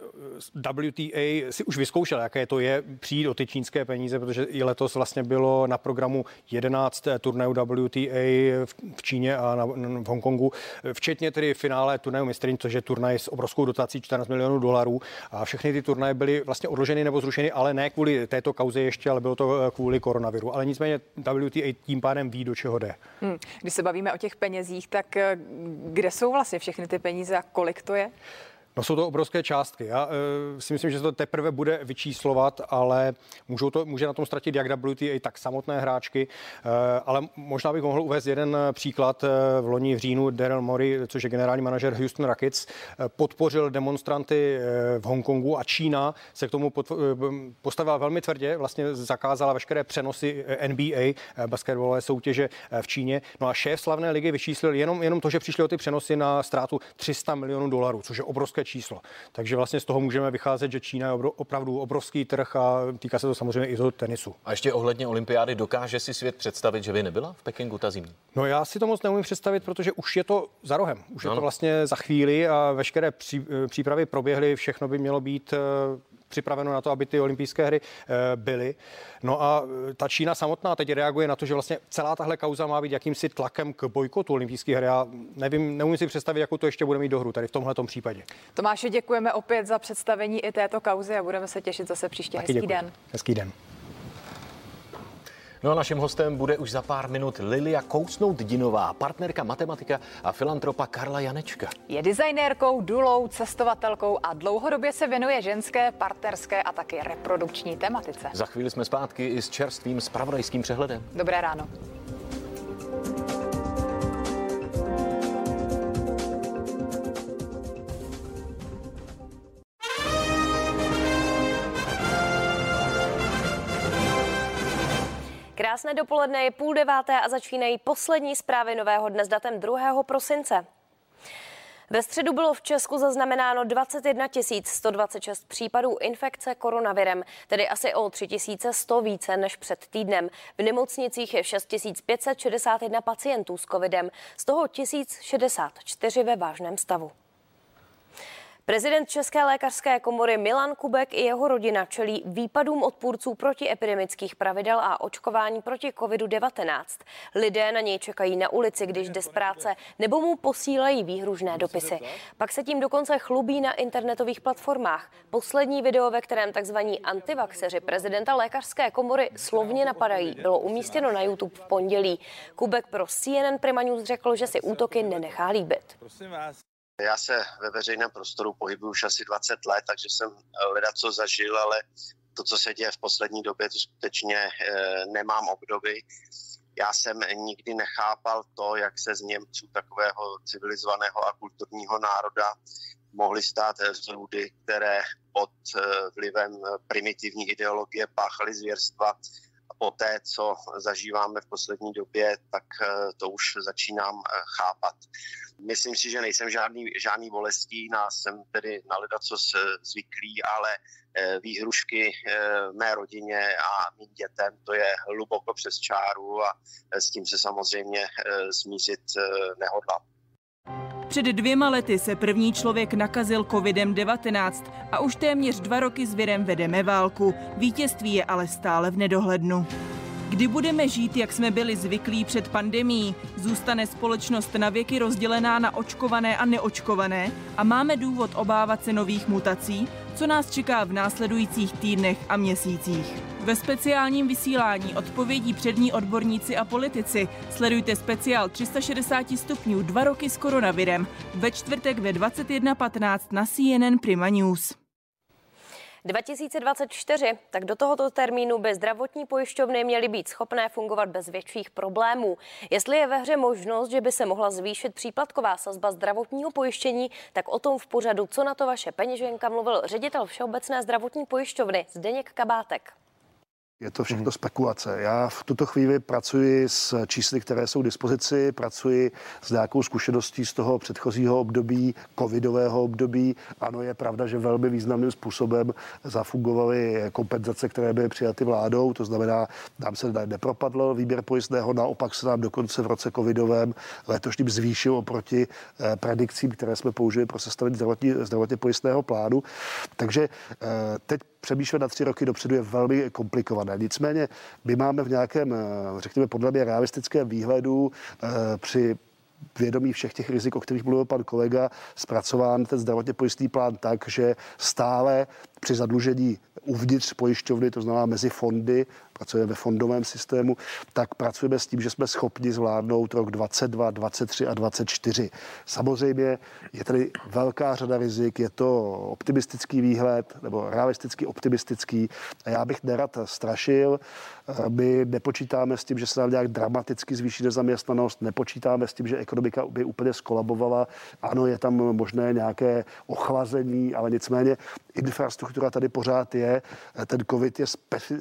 WTA si už vyzkoušel, jaké to je přijít o ty čínské peníze, protože i letos vlastně bylo na programu 11 turnajů WTA v Číně a v Hongkongu, včetně tedy finále turnaju mistryň, což je turnaj s obrovskou dotací $14 milionů. A všechny ty turnaje byly vlastně odloženy nebo zrušeny, ale ne kvůli této kauze ještě, ale bylo to kvůli koronaviru. Ale nicméně WTA tím pádem ví, do čeho jde. Když se bavíme o těch penězích, tak kde jsou vlastně všechny ty peníze a kolik to je? No, jsou to obrovské částky. Já si myslím, že se to teprve bude vyčíslovat, ale může na tom ztratit jak WTA, tak samotné hráčky. Ale možná bych mohl uvést jeden příklad. V loni v říjnu Daryl Morey, což je generální manažer Houston Rockets, podpořil demonstranty v Hongkongu a Čína se k tomu postavila velmi tvrdě, vlastně zakázala veškeré přenosy NBA, basketbalové soutěže v Číně. No a šéf slavné ligy vyčíslil jenom to, že přišli o ty přenosy na ztrátu $300 milionů, což je obrovské číslo. Takže vlastně z toho můžeme vycházet, že Čína je opravdu obrovský trh a týká se to samozřejmě i toho tenisu. A ještě ohledně olympiády, dokáže si svět představit, že by nebyla v Pekingu ta zimní? No, já si to moc neumím představit, protože už je to za rohem. Už je to vlastně za chvíli a veškeré přípravy proběhly, všechno by mělo být připraveno na to, aby ty olympijské hry byly. No a ta Čína samotná teď reaguje na to, že vlastně celá tahle kauza má být jakýmsi tlakem k bojkotu olympijských her. Já neumím si představit, jakou to ještě bude mít do hru tady v tomhletom případě. Tomáši, děkujeme opět za představení i této kauzy a budeme se těšit zase příště. Hezký den. Hezký den. No a naším hostem bude už za pár minut Lilia Kousnout-Dinová, partnerka matematika a filantropa Karla Janečka. Je designérkou, dulou, cestovatelkou a dlouhodobě se věnuje ženské, partnerské a taky reprodukční tematice. Za chvíli jsme zpátky i s čerstvým zpravodajským přehledem. Dobré ráno. Krásné dopoledne, je 8:30 a začínají poslední zprávy nového dne s datem 2. prosince. Ve středu bylo v Česku zaznamenáno 21 126 případů infekce koronavirem, tedy asi o 3100 více než před týdnem. V nemocnicích je 6561 pacientů s covidem, z toho 1064 ve vážném stavu. Prezident České lékařské komory Milan Kubek i jeho rodina čelí výpadům odpůrců protiepidemických pravidel a očkování proti covidu-19. Lidé na něj čekají na ulici, když jde z práce, nebo mu posílají výhružné dopisy. Pak se tím dokonce chlubí na internetových platformách. Poslední video, ve kterém tzv. Antivaxeři prezidenta lékařské komory slovně napadají, bylo umístěno na YouTube v pondělí. Kubek pro CNN Prima News řekl, že si útoky nenechá líbit. Já se ve veřejném prostoru pohybuju už asi 20 let, takže jsem ledaco zažil, ale to, co se děje v poslední době, to skutečně nemám obdoby. Já jsem nikdy nechápal to, jak se z Němců, takového civilizovaného a kulturního národa, mohly stát zrůdy, které pod vlivem primitivní ideologie páchaly zvěrstva. A poté, co zažíváme v poslední době, tak to už začínám chápat. Myslím si, že nejsem žádný bolestín a jsem tedy na ledacos zvyklý, ale výhrušky mé rodině a mým dětem, to je hluboko přes čáru a s tím se samozřejmě smířit nehodlám. Před 2 lety se první člověk nakazil covidem-19 a už téměř 2 roky s virem vedeme válku. Vítězství je ale stále v nedohlednu. Kdy budeme žít, jak jsme byli zvyklí před pandemií? Zůstane společnost navěky rozdělená na očkované a neočkované? A máme důvod obávat se nových mutací? Co nás čeká v následujících týdnech a měsících? Ve speciálním vysílání odpovědí přední odborníci a politici. Sledujte speciál 360 stupňů 2 roky s koronavirem ve čtvrtek ve 21:15 na CNN Prima News. 2024, tak do tohoto termínu by zdravotní pojišťovny měly být schopné fungovat bez větších problémů. Jestli je ve hře možnost, že by se mohla zvýšit příplatková sazba zdravotního pojištění, tak o tom v pořadu Co na to vaše peněženka mluvil ředitel Všeobecné zdravotní pojišťovny Zdeněk Kabátek. Je to všechno spekulace. Já v tuto chvíli pracuji s čísly, které jsou k dispozici, pracuji s nějakou zkušeností z toho předchozího období, covidového období. Ano, je pravda, že velmi významným způsobem zafungovaly kompenzace, které byly přijaty vládou, to znamená, nám se nepropadl výběr pojistného, naopak se nám dokonce v roce covidovém letošním zvýšil oproti predikcím, které jsme použili pro sestavení zdravotně pojistného plánu. Takže teď přemýšlet na 3 roky dopředu je velmi komplikované. Nicméně my máme v nějakém, řekněme, podle mě realistickém výhledu při vědomí všech těch rizik, o kterých mluvil pan kolega, zpracován ten zdravotně pojistný plán tak, že stále při zadlužení uvnitř pojišťovny, to znamená mezi fondy, pracujeme ve fondovém systému, tak pracujeme s tím, že jsme schopni zvládnout rok 22, 23 a 24. Samozřejmě je tady velká řada rizik, je to optimistický výhled, nebo realisticky optimistický. A já bych nerad strašil. My nepočítáme s tím, že se nám nějak dramaticky zvýší nezaměstnanost, nepočítáme s tím, že ekonomika by úplně skolabovala. Ano, je tam možné nějaké ochlazení, ale nicméně infrastruktura tady pořád je. Ten covid je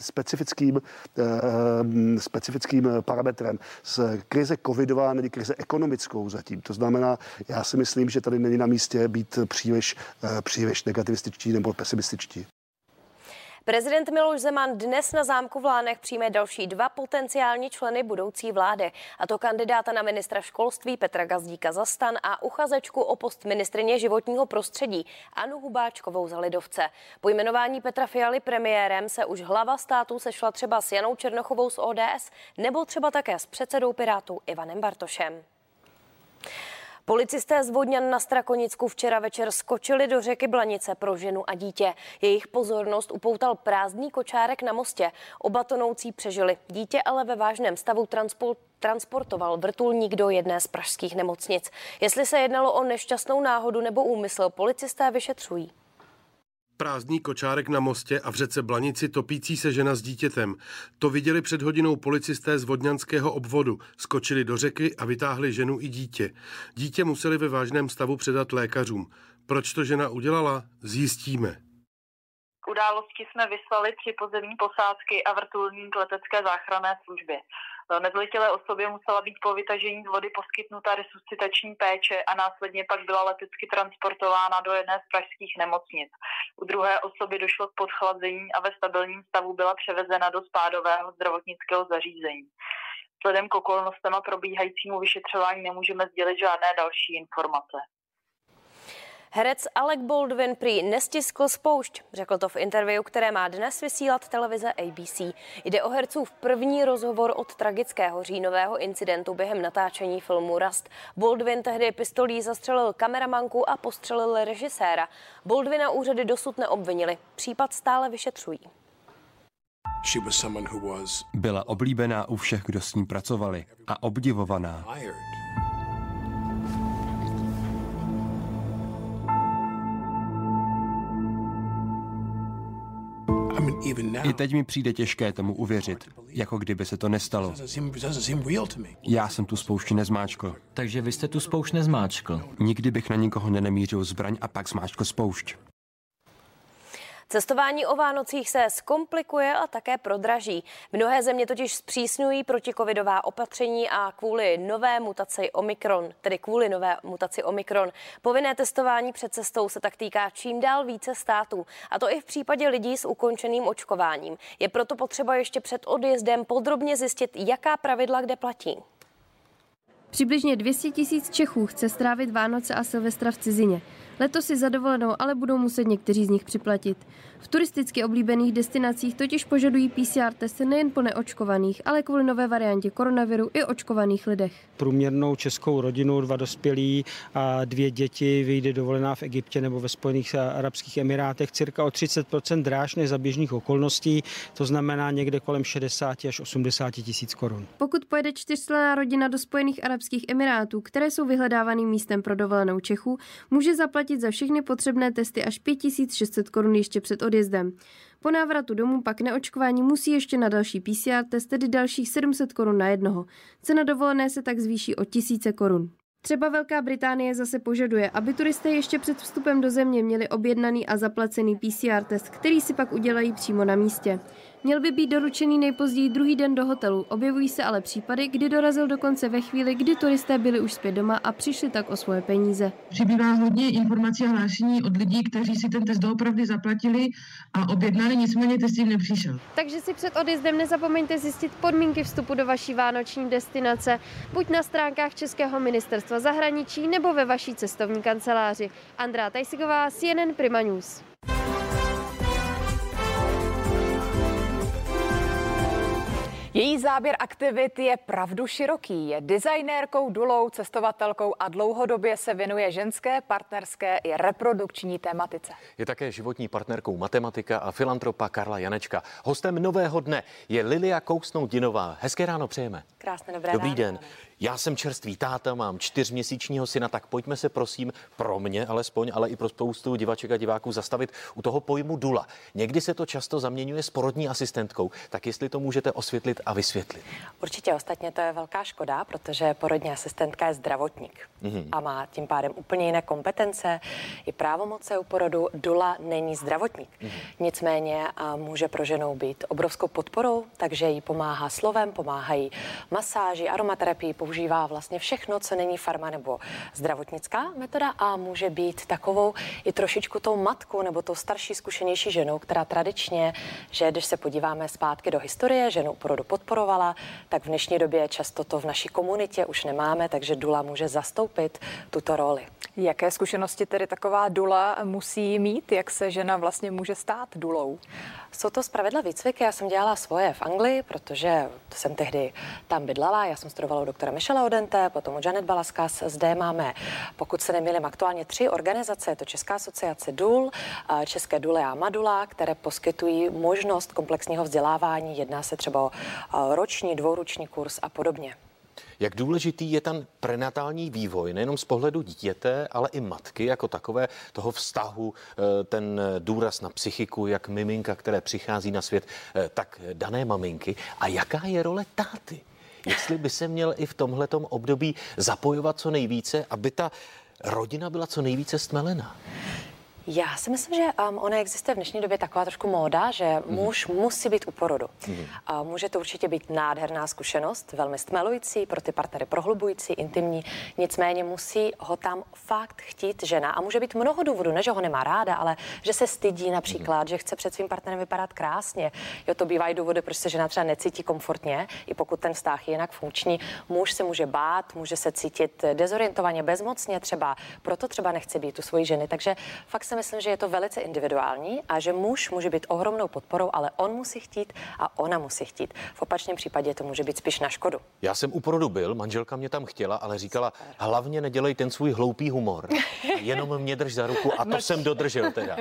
specifickým parametrem. Krize covidová není krize ekonomickou zatím. To znamená, já si myslím, že tady není na místě být příliš negativističtí nebo pesimističtí. Prezident Miloš Zeman dnes na zámku v Lánech přijme další 2 potenciální členy budoucí vlády, a to kandidáta na ministra školství Petra Gazdíka za STAN a uchazečku o post ministryně životního prostředí Annu Hubáčkovou za lidovce. Po jmenování Petra Fialy premiérem se už hlava státu sešla třeba s Janou Černochovou z ODS nebo třeba také s předsedou Pirátů Ivanem Bartošem. Policisté z Vodňan na Strakonicku včera večer skočili do řeky Blanice pro ženu a dítě. Jejich pozornost upoutal prázdný kočárek na mostě. Oba tonoucí přežili. Dítě ale ve vážném stavu transportoval vrtulník do jedné z pražských nemocnic. Jestli se jednalo o nešťastnou náhodu nebo úmysl, policisté vyšetřují. Prázdný kočárek na mostě a v řece Blanici topící se žena s dítětem. To viděli před hodinou policisté z vodňanského obvodu. Skočili do řeky a vytáhli ženu i dítě. Dítě museli ve vážném stavu předat lékařům. Proč to žena udělala? Zjistíme. K události jsme vyslali 3 pozemní posádky a vrtulník letecké záchranné službě. Nezletilé osobě musela být po vytažení z vody poskytnuta resuscitační péče a následně pak byla letecky transportována do jedné z pražských nemocnic. U druhé osoby došlo k podchlazení a ve stabilním stavu byla převezena do spádového zdravotnického zařízení. Vzhledem k okolnostem a probíhajícímu vyšetřování nemůžeme sdělit žádné další informace. Herec Alec Baldwin prý nestiskl spoušť. Řekl to v interview, které má dnes vysílat televize ABC. Jde o hercův první rozhovor od tragického říjnového incidentu během natáčení filmu Rust. Baldwin tehdy pistolí zastřelil kameramanku a postřelil režiséra. Baldwina úřady dosud neobvinili. Případ stále vyšetřují. Byla oblíbená u všech, kdo s ní pracovali, a obdivovaná. I teď mi přijde těžké tomu uvěřit, jako kdyby se to nestalo. Já jsem tu spoušť nezmáčkl. Takže vy jste tu spoušť nezmáčkl? Nikdy bych na nikoho nenamířil zbraň a pak zmáčkl spoušť. Cestování o Vánocích se zkomplikuje a také prodraží. Mnohé země totiž zpřísňují protikovidová opatření a kvůli nové mutaci Omikron. Povinné testování před cestou se tak týká čím dál více států. A to i v případě lidí s ukončeným očkováním. Je proto potřeba ještě před odjezdem podrobně zjistit, jaká pravidla kde platí. Přibližně 200 000 Čechů chce strávit Vánoce a Silvestra v cizině. Letos si za dovolenou ale budou muset někteří z nich připlatit. V turisticky oblíbených destinacích totiž požadují PCR testy nejen po neočkovaných, ale kvůli nové variantě koronaviru i očkovaných lidech. Průměrnou českou rodinu, 2 dospělí a 2 děti vyjde dovolená v Egyptě nebo ve Spojených arabských emirátech cirka o 30% dráž než za běžných okolností, to znamená někde kolem 60 až 80 tisíc korun. Pokud pojede 4členná rodina do Spojených arabských emirátů, které jsou vyhledávaným místem pro dovolenou Čechů, může zaplatit za všechny potřebné testy až 5600 korun ještě před odjezdem. Po návratu domů pak neočkování musí ještě na další PCR test, tedy dalších 700 korun na jednoho. Cena dovolené se tak zvýší o 1000 korun. Třeba Velká Británie zase požaduje, aby turisté ještě před vstupem do země měli objednaný a zaplacený PCR test, který si pak udělají přímo na místě. Měl by být doručený nejpozději druhý den do hotelu. Objevují se ale případy, kdy dorazil dokonce ve chvíli, kdy turisté byli už zpět doma a přišli tak o svoje peníze. Přibývá hodně informací a hlášení od lidí, kteří si ten test doopravdy zaplatili a objednali, nicméně test jim nepřišel. Takže si před odjezdem nezapomeňte zjistit podmínky vstupu do vaší vánoční destinace, buď na stránkách Českého ministerstva zahraničí nebo ve vaší cestovní kanceláři. Andrea Tajsigová, CNN Prima News. Její záběr aktivit je pravdu široký. Je designérkou, dulou, cestovatelkou a dlouhodobě se věnuje ženské, partnerské i reprodukční tematice. Je také životní partnerkou matematika a filantropa Karla Janečka. Hostem Nového dne je Lilia Kousnout-Dinová. Hezké ráno přejeme. Krásné dobré Dobrý ráno. den. Já jsem čerstvý táta, mám 4měsíčního syna, tak pojďme se prosím pro mě alespoň, ale i pro spoustu divaček a diváků zastavit u toho pojmu dula. Někdy se to často zaměňuje s porodní asistentkou, tak jestli to můžete osvětlit a vysvětlit. Určitě, ostatně to je velká škoda, protože porodní asistentka je zdravotník a má tím pádem úplně jiné kompetence i právomoce u porodu. Dula není zdravotník. Nicméně může pro ženu být obrovskou podporou, takže jí pomáhá slovem, pomáhají masáži, aromaterapii, používá vlastně všechno, co není farma nebo zdravotnická metoda a může být takovou i trošičku tou matkou nebo tou starší, zkušenější ženou, která tradičně, že když se podíváme zpátky do historie, ženu porodu podporovala, tak v dnešní době často to v naší komunitě už nemáme, takže dula může zastoupit tuto roli. Jaké zkušenosti tedy taková dula musí mít? Jak se žena vlastně může stát dulou? Jsou to zpravidla výcviky. Já jsem dělala svoje v Anglii, protože jsem tehdy tam bydlela. Já jsem studovala u doktora Michela Odente, potom u Janet Balaskas. Zde máme, pokud se nemýlím, aktuálně 3 organizace. Je to Česká asociace DUL, České duly a Madula, které poskytují možnost komplexního vzdělávání. Jedná se třeba o roční, dvouroční kurz a podobně. Jak důležitý je ten prenatální vývoj, nejenom z pohledu dítěte, ale i matky jako takové, toho vztahu, ten důraz na psychiku, jak miminka, které přichází na svět, tak dané maminky. A jaká je role táty? Jestli by se měl i v tomhletom období zapojovat co nejvíce, aby ta rodina byla co nejvíce stmelená? Já si myslím, že ona existuje v dnešní době taková trošku móda, že muž musí být u porodu. Může to určitě být nádherná zkušenost, velmi stmelující, pro ty partnery prohlubující, intimní, nicméně musí ho tam fakt chtít žena a může být mnoho důvodů, ne že ho nemá ráda, ale že se stydí například, že chce před svým partnerem vypadat krásně. Jo, to bývají důvody, proč se žena třeba necítí komfortně, i pokud ten vztah je jinak funkční. Muž se může bát, může se cítit dezorientovaně, bezmocně třeba, proto třeba nechce být u svojí ženy, takže fakt si myslím, že je to velice individuální a že muž může být ohromnou podporou, ale on musí chtít a ona musí chtít. V opačném případě to může být spíš na škodu. Já jsem u porodu byl, manželka mě tam chtěla, ale říkala, hlavně nedělej ten svůj hloupý humor. Jenom mě drž za ruku a to jsem dodržel teda.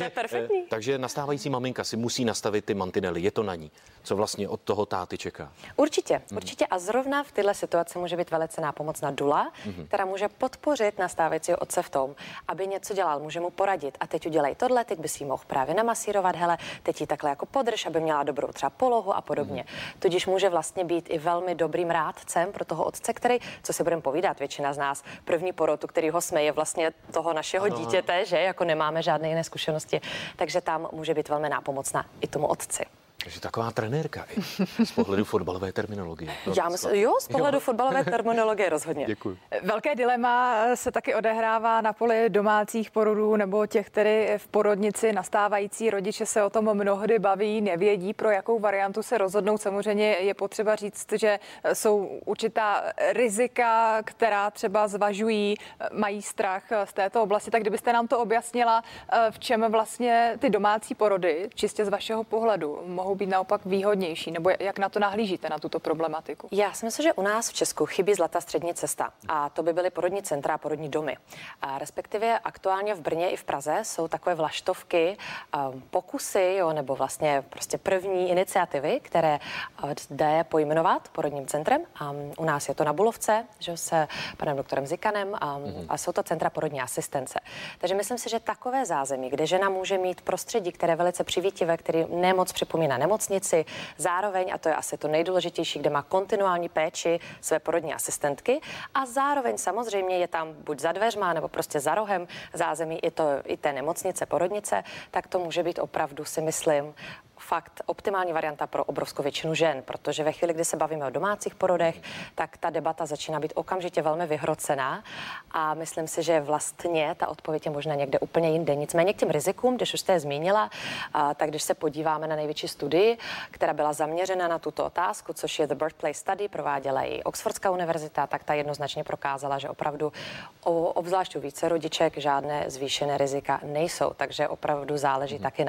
Takže nastávající maminka si musí nastavit ty mantinely, je to na ní. Co vlastně od toho táty čeká? Určitě a zrovna v této situaci může být velice nápomocná dula, která může podpořit nastávajícího otce v tom, aby něco dělal, může mu poradit. A teď udělej tohle, teď by si ji mohl právě namasírovat, hele, teď ji takhle jako podrž, aby měla dobrou třeba polohu a podobně. Tudíž může vlastně být i velmi dobrým rádcem pro toho otce, který, co si budeme povídat, většina z nás první porod, který ho jsme, je vlastně toho našeho dítěte, že jako nemáme žádné jiné zkušenosti, takže tam může být velmi nápomocná i tomu otci. Takže taková trenérka i z pohledu fotbalové terminologie. Já myslím, z pohledu fotbalové terminologie rozhodně. Děkuji. Velké dilema se taky odehrává na poli domácích porodů nebo těch, který v porodnici nastávající rodiče se o tom mnohdy baví, nevědí, pro jakou variantu se rozhodnout. Samozřejmě je potřeba říct, že jsou určitá rizika, která třeba zvažují, mají strach z této oblasti. Tak kdybyste nám to objasnila, v čem vlastně ty domácí porody, čistě z vašeho pohledu, mohou být naopak výhodnější, nebo jak na to nahlížíte, na tuto problematiku? Já si myslím, že u nás v Česku chybí zlatá střední cesta a to by byly porodní centra a porodní domy. A respektive aktuálně v Brně i v Praze jsou takové vlaštovky, pokusy, nebo vlastně prostě první iniciativy, které jde pojmenovat porodním centrem. A u nás je to na Bulovce, že se panem doktorem Zikanem a jsou to centra porodní asistence. Takže myslím si, že takové zázemí, kde žena může mít prostředí, které je velice přivítivé, který nemoc připomíná nemocnici, zároveň, a to je asi to nejdůležitější, kde má kontinuální péči své porodní asistentky a zároveň samozřejmě je tam buď za dveřma nebo prostě za rohem zázemí i té nemocnice, porodnice, tak to může být opravdu, si myslím, fakt optimální varianta pro obrovskou většinu žen, protože ve chvíli, kdy se bavíme o domácích porodech, tak ta debata začíná být okamžitě velmi vyhrocená a myslím si, že vlastně ta odpověď je možná někde úplně jinde. Nicméně k těm rizikům, když už jste je zmínila, tak když se podíváme na největší studii, která byla zaměřena na tuto otázku, což je The Birthplace Study, prováděla i Oxfordská univerzita, tak ta jednoznačně prokázala, že opravdu obzvlášť u více rodiček žádné zvýšené rizika nejsou, takže opravdu záleží taky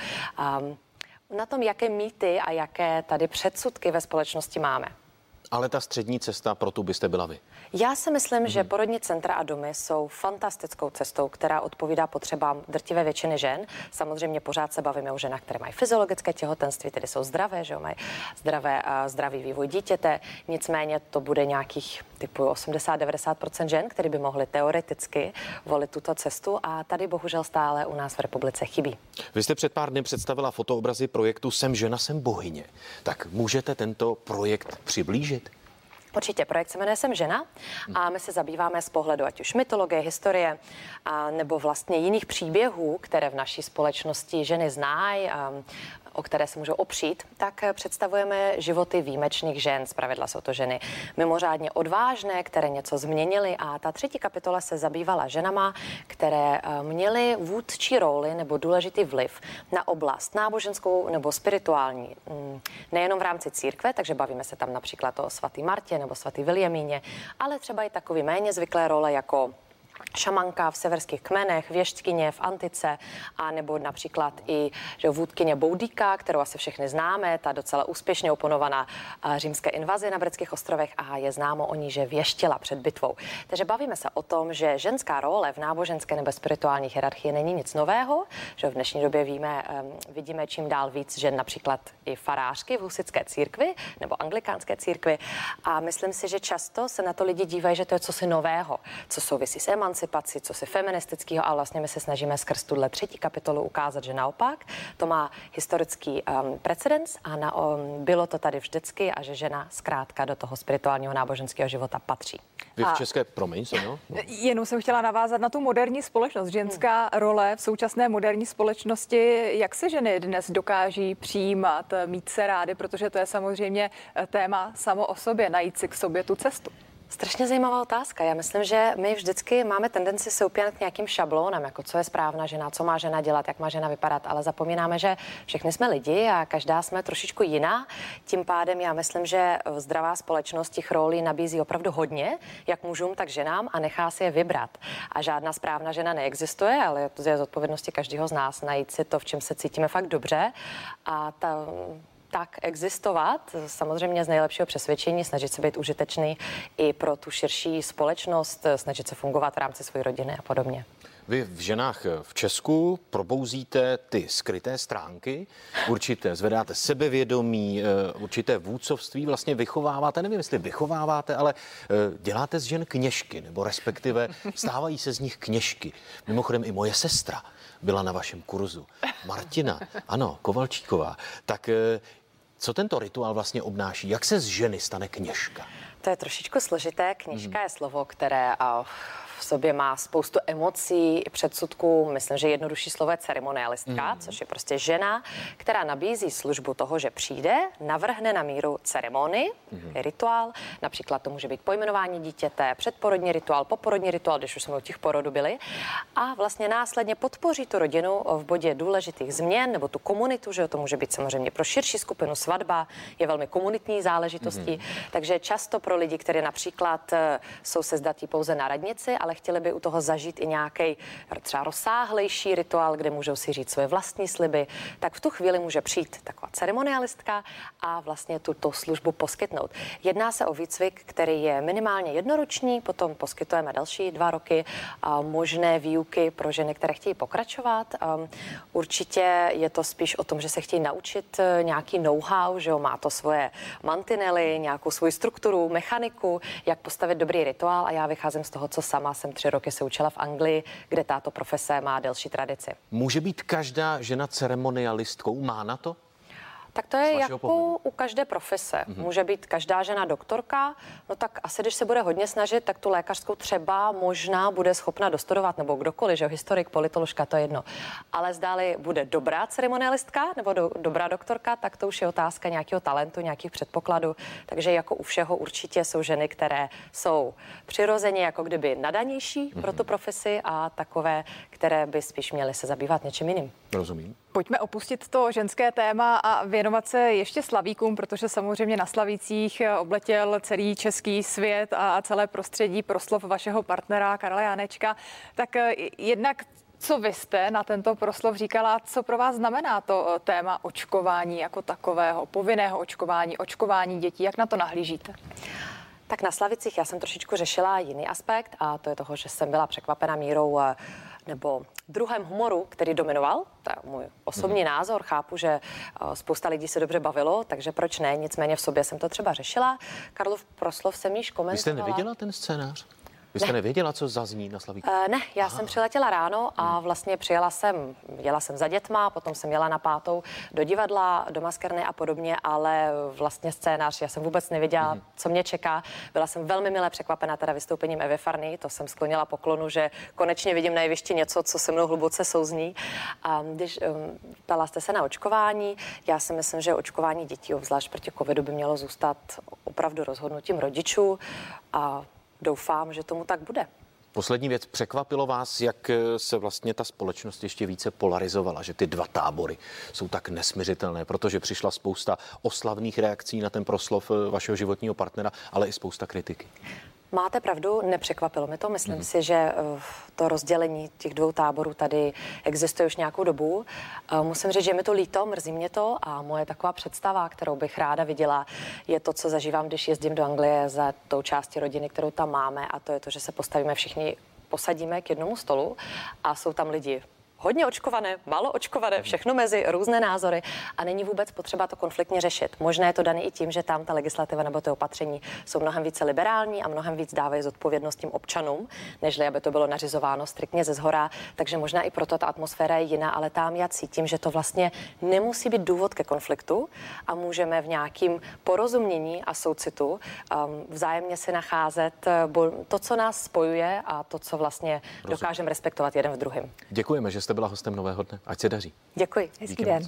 na tom, jaké mýty a jaké tady předsudky ve společnosti máme. Ale ta střední cesta, pro tu byste byla vy? Já si myslím, že porodní centra a domy jsou fantastickou cestou, která odpovídá potřebám drtivé většiny žen. Samozřejmě pořád se bavíme o ženách, které mají fyziologické těhotenství, tedy jsou zdravé, že mají zdravý vývoj dítěte. Nicméně to bude nějakých typu 80-90% žen, které by mohly teoreticky volit tuto cestu a tady bohužel stále u nás v republice chybí. Vy jste před pár dny představila fotoobrazy projektu Jsem žena, jsem bohyně. Tak můžete tento projekt přiblížit? Určitě, projekt se jmenuje Jsem žena a my se zabýváme z pohledu ať už mytologie, historie nebo vlastně jiných příběhů, které v naší společnosti ženy znají, o které se můžou opřít, tak představujeme životy výjimečných žen. Zpravidla jsou to ženy mimořádně odvážné, které něco změnily a ta třetí kapitola se zabývala ženama, které měly vůdčí roli nebo důležitý vliv na oblast náboženskou nebo spirituální. Nejenom v rámci církve, takže bavíme se tam například o svatý Martě nebo svatý Viljamíně, ale třeba i takový méně zvyklé role jako šamanka v severských kmenech, věštkyně v antice, a nebo například i vůdkyně Boudicca, kterou asi všechny známe, ta docela úspěšně oponovaná římské invazi na britských ostrovech a je známo o ní, že věštila před bitvou. Takže bavíme se o tom, že ženská role v náboženské nebo spirituální hierarchii není nic nového, že v dnešní době vidíme čím dál víc žen, například i farářky v husitské církvi nebo anglikánské církvi a myslím si, že často se na to lidi dívají, že to je cosi nového, co souvisí s emancipací, co si feministického a vlastně my se snažíme skrz tuhle třetí kapitolu ukázat, že naopak to má historický precedens a bylo to tady vždycky a že žena zkrátka do toho spirituálního náboženského života patří. Vy v české, promiň, no? Jenom jsem chtěla navázat na tu moderní společnost. Ženská role v současné moderní společnosti. Jak se ženy dnes dokáží přijímat, mít se rády, protože to je samozřejmě téma samo o sobě, najít si k sobě tu cestu. Strašně zajímavá otázka. Já myslím, že my vždycky máme tendenci se upínat k nějakým šablónům, jako co je správná žena, co má žena dělat, jak má žena vypadat, ale zapomínáme, že všichni jsme lidi a každá jsme trošičku jiná. Tím pádem já myslím, že zdravá společnost těch rolí nabízí opravdu hodně, jak mužům, tak ženám a nechá si je vybrat. A žádná správná žena neexistuje, ale to je zodpovědnosti každého z nás najít si to, v čem se cítíme fakt dobře. A tak existovat, samozřejmě z nejlepšího přesvědčení, snažit se být užitečný i pro tu širší společnost, snažit se fungovat v rámci své rodiny a podobně. Vy v ženách v Česku probouzíte ty skryté stránky, určité zvedáte sebevědomí, určité vůdcovství, vlastně vychováváte, nevím, jestli vychováváte, ale děláte z žen kněžky, nebo respektive stávají se z nich kněžky. Mimochodem i moje sestra byla na vašem kurzu. Martina, ano, Kovalčíková. Tak co tento rituál vlastně obnáší? Jak se z ženy stane kněžka? To je trošičku složité. Kněžka je slovo, které v sobě má spoustu emocí, předsudků. Myslím, že jednodušší slovo je ceremonialistka, což je prostě žena, která nabízí službu toho, že přijde, navrhne na míru ceremonii, rituál. Například to může být pojmenování dítěte, předporodní rituál, poporodní rituál, když už jsme u těch porodů byli. A vlastně následně podpoří tu rodinu v bodě důležitých změn nebo tu komunitu, že to může být samozřejmě pro širší skupinu. Svatba je velmi komunitní záležitostí, takže často pro lidi, kteří například jsou sezdatí pouze na radnici, ale chtěli by u toho zažít i nějaký třeba rozsáhlejší rituál, kde můžou si říct svoje vlastní sliby, tak v tu chvíli může přijít taková ceremonialistka a vlastně tuto službu poskytnout. Jedná se o výcvik, který je minimálně jednoroční, potom poskytujeme další 2 roky možné výuky pro ženy, které chtějí pokračovat. Určitě je to spíš o tom, že se chtějí naučit nějaký know-how, že jo, má to svoje mantinely, nějakou svoji strukturu, mechaniku, jak postavit dobrý rituál a já vycházím z toho, co sama jsem 3 roky se učila v Anglii, kde tato profese má delší tradici. Může být každá žena ceremonialistkou? Má na to? Tak to je jako u každé profese. Může být každá žena doktorka, no tak asi, když se bude hodně snažit, tak tu lékařskou třeba možná bude schopna dostudovat, nebo kdokoliv, že historik, politoložka, to je jedno. Ale zdáli bude dobrá ceremonialistka nebo dobrá doktorka, tak to už je otázka nějakého talentu, nějakých předpokladů. Takže jako u všeho určitě jsou ženy, které jsou přirozeně jako kdyby nadanější pro tu profesi a takové, které by spíš měly se zabývat něčím jiným. Rozumím. Pojďme opustit to ženské téma a věnovat se ještě slavíkům, protože samozřejmě na slavících obletěl celý český svět a celé prostředí proslov vašeho partnera Karla Janečka. Tak jednak, co vy jste na tento proslov říkala, co pro vás znamená to téma očkování jako takového, povinného očkování dětí, jak na to nahlížíte? Tak na Slavicích já jsem trošičku řešila jiný aspekt a to je toho, že jsem byla překvapena mírou nebo druhem humoru, který dominoval. To je můj osobní názor. Chápu, že spousta lidí se dobře bavilo, takže proč ne? Nicméně v sobě jsem to třeba řešila. Karlův proslov jsem již komentovala. Vy jste neviděla ten scénář? Vy jste nevěděla, co zazní na Slavíku? Ne, já jsem přiletěla ráno a vlastně jela jsem za dětma, potom jsem jela na 5. do divadla, do maskerny a podobně, ale vlastně scénář, já jsem vůbec nevěděla, co mě čeká. Byla jsem velmi milé překvapena teda vystoupením Evy Farny, to jsem sklonila poklonu, že konečně vidím na jevišti něco, co se mnou hluboce souzní. A když ptala jste se na očkování, já si myslím, že očkování dětí, obzvlášť proti covidu, by mělo zůstat opravdu rozhodnutím rodičů a doufám, že tomu tak bude. Poslední věc, překvapilo vás, jak se vlastně ta společnost ještě více polarizovala, že ty 2 tábory jsou tak nesmiřitelné, protože přišla spousta oslavných reakcí na ten proslov vašeho životního partnera, ale i spousta kritiky. Máte pravdu, nepřekvapilo mi to. Myslím si, že to rozdělení těch 2 táborů tady existuje už nějakou dobu. Musím říct, že mi to líto, mrzí mě to a moje taková představa, kterou bych ráda viděla, je to, co zažívám, když jezdím do Anglie za tou částí rodiny, kterou tam máme, a to je to, že se postavíme všichni, posadíme k jednomu stolu a jsou tam lidi hodně očkované, málo očkované, všechno mezi, různé názory a není vůbec potřeba to konfliktně řešit. Možná je to dané i tím, že tam ta legislativa nebo ty opatření jsou mnohem více liberální a mnohem víc dávají zodpovědnost tím občanům, nežli aby to bylo nařizováno striktně ze zhora, takže možná i proto ta atmosféra je jiná, ale tam já cítím, že to vlastně nemusí být důvod ke konfliktu a můžeme v nějakým porozumění a soucitu vzájemně si nacházet to, co nás spojuje a to, co vlastně dokážeme respektovat jeden v druhém. Děkujeme, že jste byla hostem Nového dne. Ať se daří. Děkuji. Hezký den.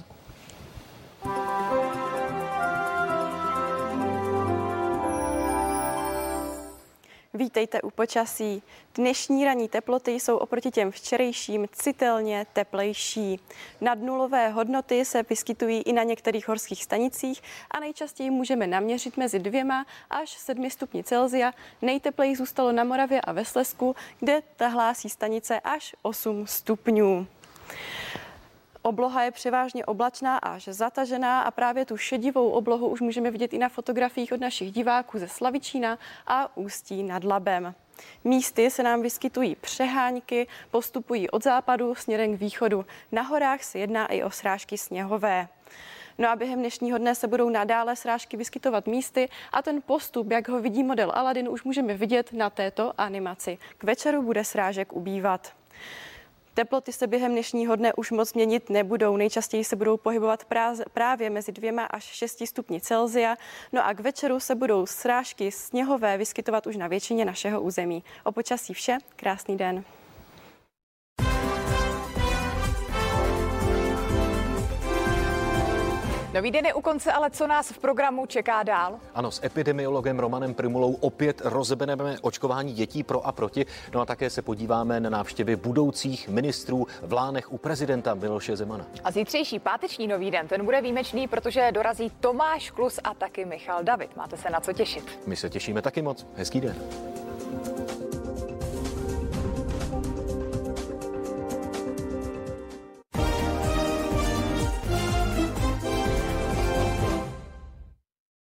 Vítejte u počasí. Dnešní ranní teploty jsou oproti těm včerejším citelně teplejší. Nadnulové hodnoty se vyskytují i na některých horských stanicích a nejčastěji můžeme naměřit mezi 2 až 7 stupni Celsia. Nejtepleji zůstalo na Moravě a ve Slezsku, kde ta hlásí stanice až 8 stupňů. Obloha je převážně oblačná až zatažená a právě tu šedivou oblohu už můžeme vidět i na fotografiích od našich diváků ze Slavičína a Ústí nad Labem. Místy se nám vyskytují přehánky, postupují od západu směrem k východu. Na horách se jedná i o srážky sněhové. No a během dnešního dne se budou nadále srážky vyskytovat místy a ten postup, jak ho vidí model Aladin, už můžeme vidět na této animaci. K večeru bude srážek ubývat. Teploty se během dnešního dne už moc měnit nebudou. Nejčastěji se budou pohybovat právě mezi 2 až 6 stupni Celsia. No a k večeru se budou srážky sněhové vyskytovat už na většině našeho území. O počasí vše, krásný den. Nový den je u konce, ale co nás v programu čeká dál? Ano, s epidemiologem Romanem Primulou opět rozebereme očkování dětí pro a proti. No a také se podíváme na návštěvy budoucích ministrů v Lánech u prezidenta Miloše Zemana. A zítřejší páteční Nový den, ten bude výjimečný, protože dorazí Tomáš Klus a taky Michal David. Máte se na co těšit. My se těšíme taky moc. Hezký den.